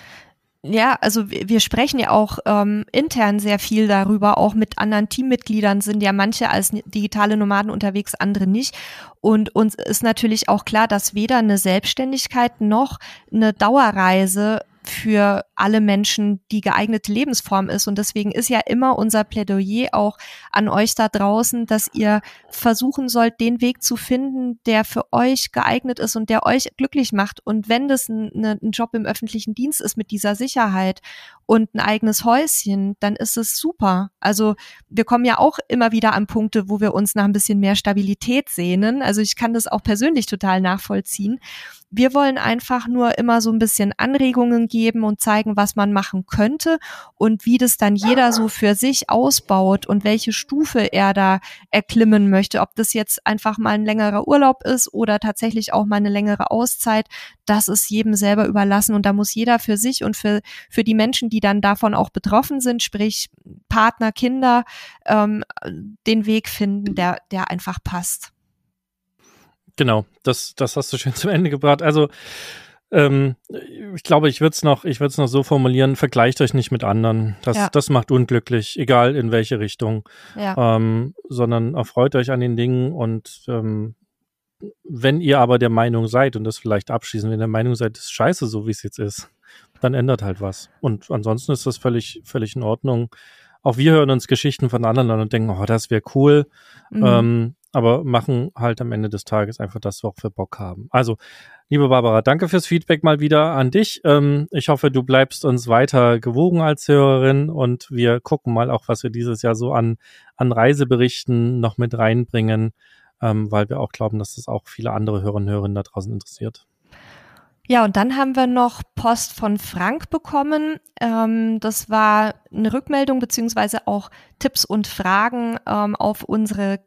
Ja, also wir sprechen ja auch ähm, intern sehr viel darüber, auch mit anderen Teammitgliedern sind ja manche als digitale Nomaden unterwegs, andere nicht. Und uns ist natürlich auch klar, dass weder eine Selbstständigkeit noch eine Dauerreise für alle Menschen die geeignete Lebensform ist. Und deswegen ist ja immer unser Plädoyer auch an euch da draußen, dass ihr versuchen sollt, den Weg zu finden, der für euch geeignet ist und der euch glücklich macht. Und wenn das ein, ein Job im öffentlichen Dienst ist mit dieser Sicherheit und ein eigenes Häuschen, dann ist es super. Also wir kommen ja auch immer wieder an Punkte, wo wir uns nach ein bisschen mehr Stabilität sehnen. Also ich kann das auch persönlich total nachvollziehen. Wir wollen einfach nur immer so ein bisschen Anregungen geben und zeigen, was man machen könnte und wie das dann jeder so für sich ausbaut und welche Stufe er da erklimmen möchte. Ob das jetzt einfach mal ein längerer Urlaub ist oder tatsächlich auch mal eine längere Auszeit, das ist jedem selber überlassen und da muss jeder für sich und für für die Menschen, die dann davon auch betroffen sind, sprich Partner, Kinder, ähm, den Weg finden, der der einfach passt. Genau, das, das hast du schön zum Ende gebracht. Also ähm, ich glaube, ich würde es noch, ich würde es noch so formulieren: Vergleicht euch nicht mit anderen. Das, ja. das macht unglücklich, egal in welche Richtung. Ja. Ähm, sondern erfreut euch an den Dingen und ähm, wenn ihr aber der Meinung seid und das vielleicht abschließen, wenn ihr der Meinung seid, das ist scheiße, so wie es jetzt ist, dann ändert halt was. Und ansonsten ist das völlig, völlig in Ordnung. Auch wir hören uns Geschichten von anderen an und denken, oh, das wäre cool. Mhm. Ähm, aber machen halt am Ende des Tages einfach das, was wir Bock haben. Also, liebe Barbara, danke fürs Feedback mal wieder an dich. Ähm, ich hoffe, du bleibst uns weiter gewogen als Hörerin und wir gucken mal auch, was wir dieses Jahr so an, an Reiseberichten noch mit reinbringen, ähm, weil wir auch glauben, dass das auch viele andere Hörerinnen und Hörer da draußen interessiert. Ja, und dann haben wir noch Post von Frank bekommen. Ähm, das war eine Rückmeldung beziehungsweise auch Tipps und Fragen ähm, auf unsere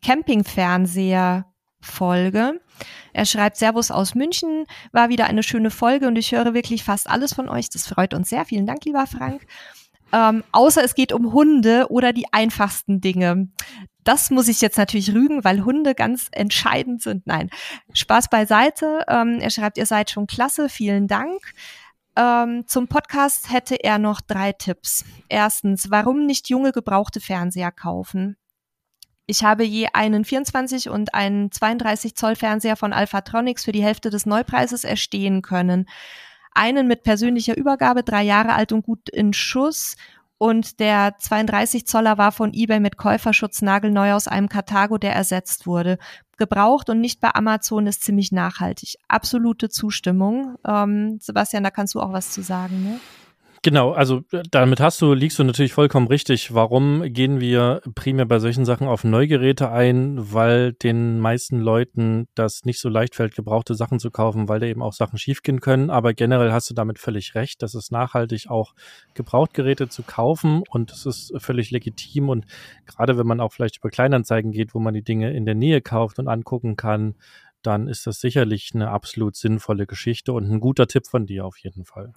Campingfernseher-Folge. Er schreibt: Servus aus München, war wieder eine schöne Folge und ich höre wirklich fast alles von euch. Das freut uns sehr. Vielen Dank, lieber Frank. Ähm, außer es geht um Hunde oder die einfachsten Dinge. Das muss ich jetzt natürlich rügen, weil Hunde ganz entscheidend sind. Nein, Spaß beiseite. Ähm, er schreibt, ihr seid schon klasse, vielen Dank. Ähm, zum Podcast hätte er noch drei Tipps. Erstens, warum nicht junge gebrauchte Fernseher kaufen? Ich habe je einen vierundzwanzig und einen zweiunddreißig Zoll Fernseher von Alphatronics für die Hälfte des Neupreises erstehen können. Einen mit persönlicher Übergabe, drei Jahre alt und gut in Schuss. Und der zweiunddreißig Zoller war von eBay mit Käuferschutz nagelneu aus einem Karthago, der ersetzt wurde. Gebraucht und nicht bei Amazon ist ziemlich nachhaltig. Absolute Zustimmung. Ähm, Sebastian, da kannst du auch was zu sagen, ne? Genau, also damit hast du, liegst du natürlich vollkommen richtig. Warum gehen wir primär bei solchen Sachen auf Neugeräte ein? Weil den meisten Leuten das nicht so leicht fällt, gebrauchte Sachen zu kaufen, weil da eben auch Sachen schiefgehen können. Aber generell hast du damit völlig recht. Das ist nachhaltig, auch Gebrauchtgeräte zu kaufen und es ist völlig legitim. Und gerade wenn man auch vielleicht über Kleinanzeigen geht, wo man die Dinge in der Nähe kauft und angucken kann, dann ist das sicherlich eine absolut sinnvolle Geschichte und ein guter Tipp von dir auf jeden Fall.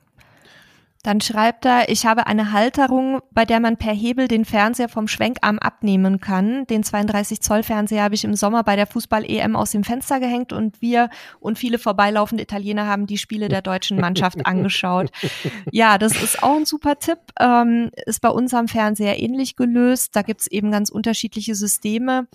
Dann schreibt er, ich habe eine Halterung, bei der man per Hebel den Fernseher vom Schwenkarm abnehmen kann. Den zweiunddreißig Zoll Fernseher habe ich im Sommer bei der Fußball-E M aus dem Fenster gehängt und wir und viele vorbeilaufende Italiener haben die Spiele der deutschen Mannschaft angeschaut. Ja, das ist auch ein super Tipp. Ähm, ist bei unserem Fernseher ähnlich gelöst. Da gibt's eben ganz unterschiedliche Systeme.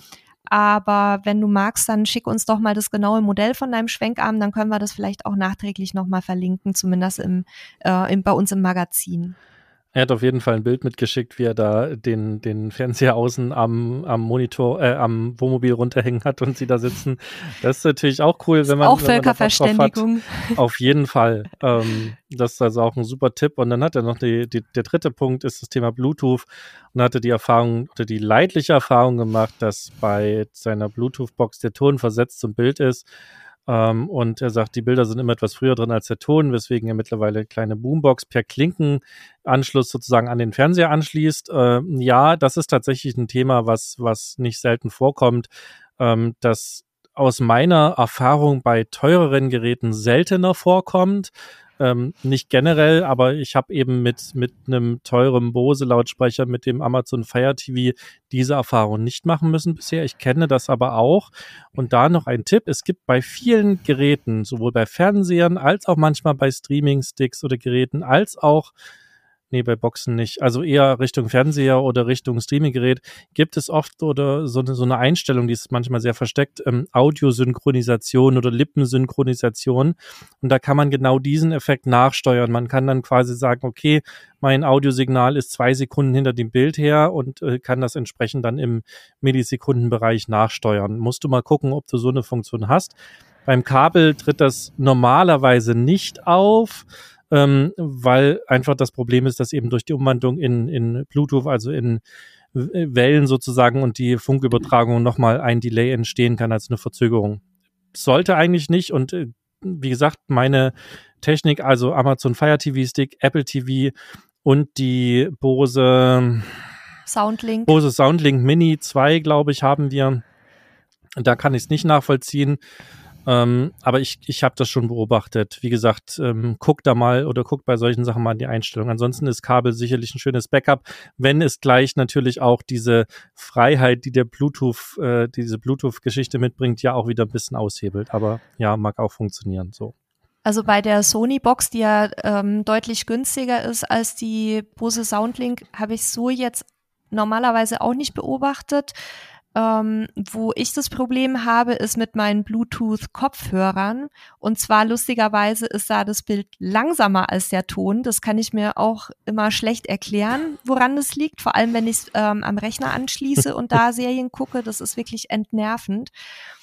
Aber wenn du magst, dann schick uns doch mal das genaue Modell von deinem Schwenkarm, dann können wir das vielleicht auch nachträglich nochmal verlinken, zumindest im, äh, im, bei uns im Magazin. Er hat auf jeden Fall ein Bild mitgeschickt, wie er da den, den Fernseher außen am, am Monitor, äh, am Wohnmobil runterhängen hat und sie da sitzen. Das ist natürlich auch cool, wenn man, auch wenn man Völkerverständigung. Hat. Auf jeden Fall. Ähm, das ist also auch ein super Tipp. Und dann hat er noch die, die, der dritte Punkt ist das Thema Bluetooth. Und hatte die Erfahrung oder die leidliche Erfahrung gemacht, dass bei seiner Bluetooth-Box der Ton versetzt zum Bild ist. Um, und er sagt, die Bilder sind immer etwas früher drin als der Ton, weswegen er mittlerweile eine kleine Boombox per Klinkenanschluss sozusagen an den Fernseher anschließt. Uh, ja, das ist tatsächlich ein Thema, was, was nicht selten vorkommt, um, das aus meiner Erfahrung bei teureren Geräten seltener vorkommt. Ähm, nicht generell, aber ich habe eben mit mit einem teuren Bose-Lautsprecher, mit dem Amazon Fire T V diese Erfahrung nicht machen müssen bisher. Ich kenne das aber auch. Und da noch ein Tipp, es gibt bei vielen Geräten, sowohl bei Fernsehern als auch manchmal bei Streaming-Sticks oder Geräten, als auch Nee, bei Boxen nicht. Also eher Richtung Fernseher oder Richtung Streaming-Gerät gibt es oft oder so eine, so eine Einstellung, die ist manchmal sehr versteckt, ähm, Audiosynchronisation oder Lippensynchronisation. Und da kann man genau diesen Effekt nachsteuern. Man kann dann quasi sagen, okay, mein Audiosignal ist zwei Sekunden hinter dem Bild her und äh, kann das entsprechend dann im Millisekundenbereich nachsteuern. Musst du mal gucken, ob du so eine Funktion hast. Beim Kabel tritt das normalerweise nicht auf. Ähm, weil einfach das Problem ist, dass eben durch die Umwandlung in, in Bluetooth, also in Wellen sozusagen und die Funkübertragung nochmal ein Delay entstehen kann, als eine Verzögerung. Sollte eigentlich nicht und äh, wie gesagt, meine Technik, also Amazon Fire T V Stick, Apple T V und die Bose Soundlink. Bose Soundlink Mini zwei, glaube ich, haben wir. Da kann ich es nicht nachvollziehen. Ähm, aber ich, ich habe das schon beobachtet. Wie gesagt, ähm, guck da mal oder guck bei solchen Sachen mal in die Einstellung. Ansonsten ist Kabel sicherlich ein schönes Backup, wenn es gleich natürlich auch diese Freiheit, die der Bluetooth, äh, diese Bluetooth-Geschichte mitbringt, ja auch wieder ein bisschen aushebelt. Aber ja, mag auch funktionieren so. Also bei der Sony-Box, die ja ähm, deutlich günstiger ist als die Bose Soundlink, habe ich so jetzt normalerweise auch nicht beobachtet. Ähm, wo ich das Problem habe, ist mit meinen Bluetooth-Kopfhörern. Und zwar lustigerweise ist da das Bild langsamer als der Ton. Das kann ich mir auch immer schlecht erklären, woran das liegt. Vor allem, wenn ich es ähm, am Rechner anschließe und da Serien gucke. Das ist wirklich entnervend.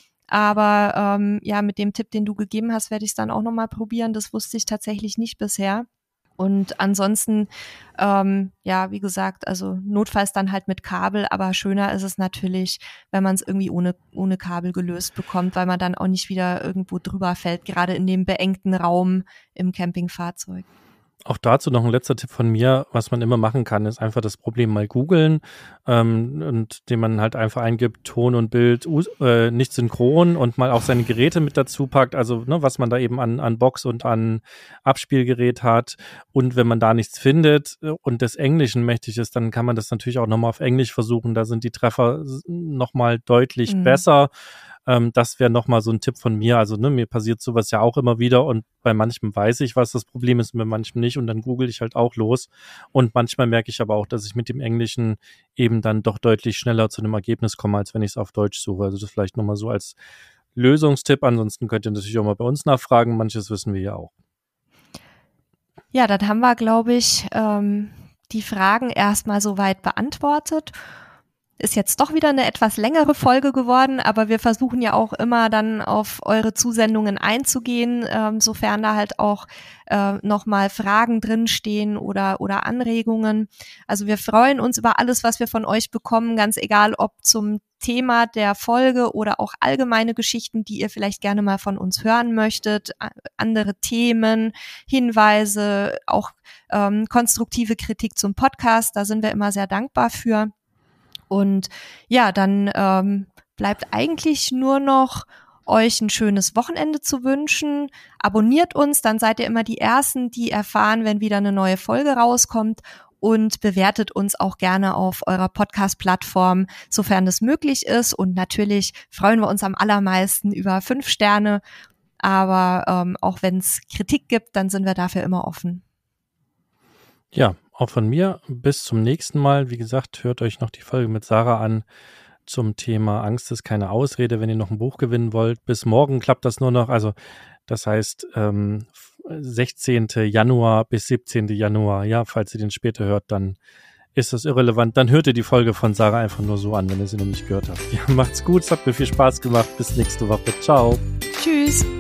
Aber ähm, ja, mit dem Tipp, den du gegeben hast, werde ich es dann auch nochmal probieren. Das wusste ich tatsächlich nicht bisher. Und ansonsten, ähm, ja, wie gesagt, also notfalls dann halt mit Kabel, aber schöner ist es natürlich, wenn man es irgendwie ohne ohne Kabel gelöst bekommt, weil man dann auch nicht wieder irgendwo drüber fällt, gerade in dem beengten Raum im Campingfahrzeug. Auch dazu noch ein letzter Tipp von mir, was man immer machen kann, ist einfach das Problem mal googeln ähm, und dem man halt einfach eingibt, Ton und Bild äh, nicht synchron und mal auch seine Geräte mit dazu packt, also ne, was man da eben an, an Box und an Abspielgerät hat und wenn man da nichts findet und des Englischen mächtig ist, dann kann man das natürlich auch nochmal auf Englisch versuchen, da sind die Treffer nochmal deutlich mhm. besser. Ähm, das wäre nochmal so ein Tipp von mir. Also ne, mir passiert sowas ja auch immer wieder und bei manchem weiß ich, was das Problem ist, und bei manchem nicht und dann google ich halt auch los. Und manchmal merke ich aber auch, dass ich mit dem Englischen eben dann doch deutlich schneller zu einem Ergebnis komme, als wenn ich es auf Deutsch suche. Also das vielleicht nochmal so als Lösungstipp. Ansonsten könnt ihr natürlich auch mal bei uns nachfragen. Manches wissen wir ja auch. Ja, dann haben wir, glaube ich, ähm, die Fragen erstmal soweit beantwortet. Ist jetzt doch wieder eine etwas längere Folge geworden, aber wir versuchen ja auch immer dann auf eure Zusendungen einzugehen, ähm, sofern da halt auch äh, nochmal Fragen drinstehen oder oder Anregungen. Also wir freuen uns über alles, was wir von euch bekommen, ganz egal ob zum Thema der Folge oder auch allgemeine Geschichten, die ihr vielleicht gerne mal von uns hören möchtet, andere Themen, Hinweise, auch ähm, konstruktive Kritik zum Podcast, da sind wir immer sehr dankbar für. Und ja, dann ähm, bleibt eigentlich nur noch euch ein schönes Wochenende zu wünschen. Abonniert uns, dann seid ihr immer die Ersten, die erfahren, wenn wieder eine neue Folge rauskommt. Und bewertet uns auch gerne auf eurer Podcast-Plattform, sofern das möglich ist. Und natürlich freuen wir uns am allermeisten über fünf Sterne. Aber ähm, auch wenn es Kritik gibt, dann sind wir dafür immer offen. Ja, auch von mir. Bis zum nächsten Mal. Wie gesagt, hört euch noch die Folge mit Sarah an zum Thema Angst ist keine Ausrede, wenn ihr noch ein Buch gewinnen wollt. Bis morgen klappt das nur noch. Also das heißt ähm, sechzehnten Januar bis siebzehnten Januar. Ja, falls ihr den später hört, dann ist das irrelevant. Dann hört ihr die Folge von Sarah einfach nur so an, wenn ihr sie noch nicht gehört habt. Ja, macht's gut, es hat mir viel Spaß gemacht. Bis nächste Woche. Ciao. Tschüss.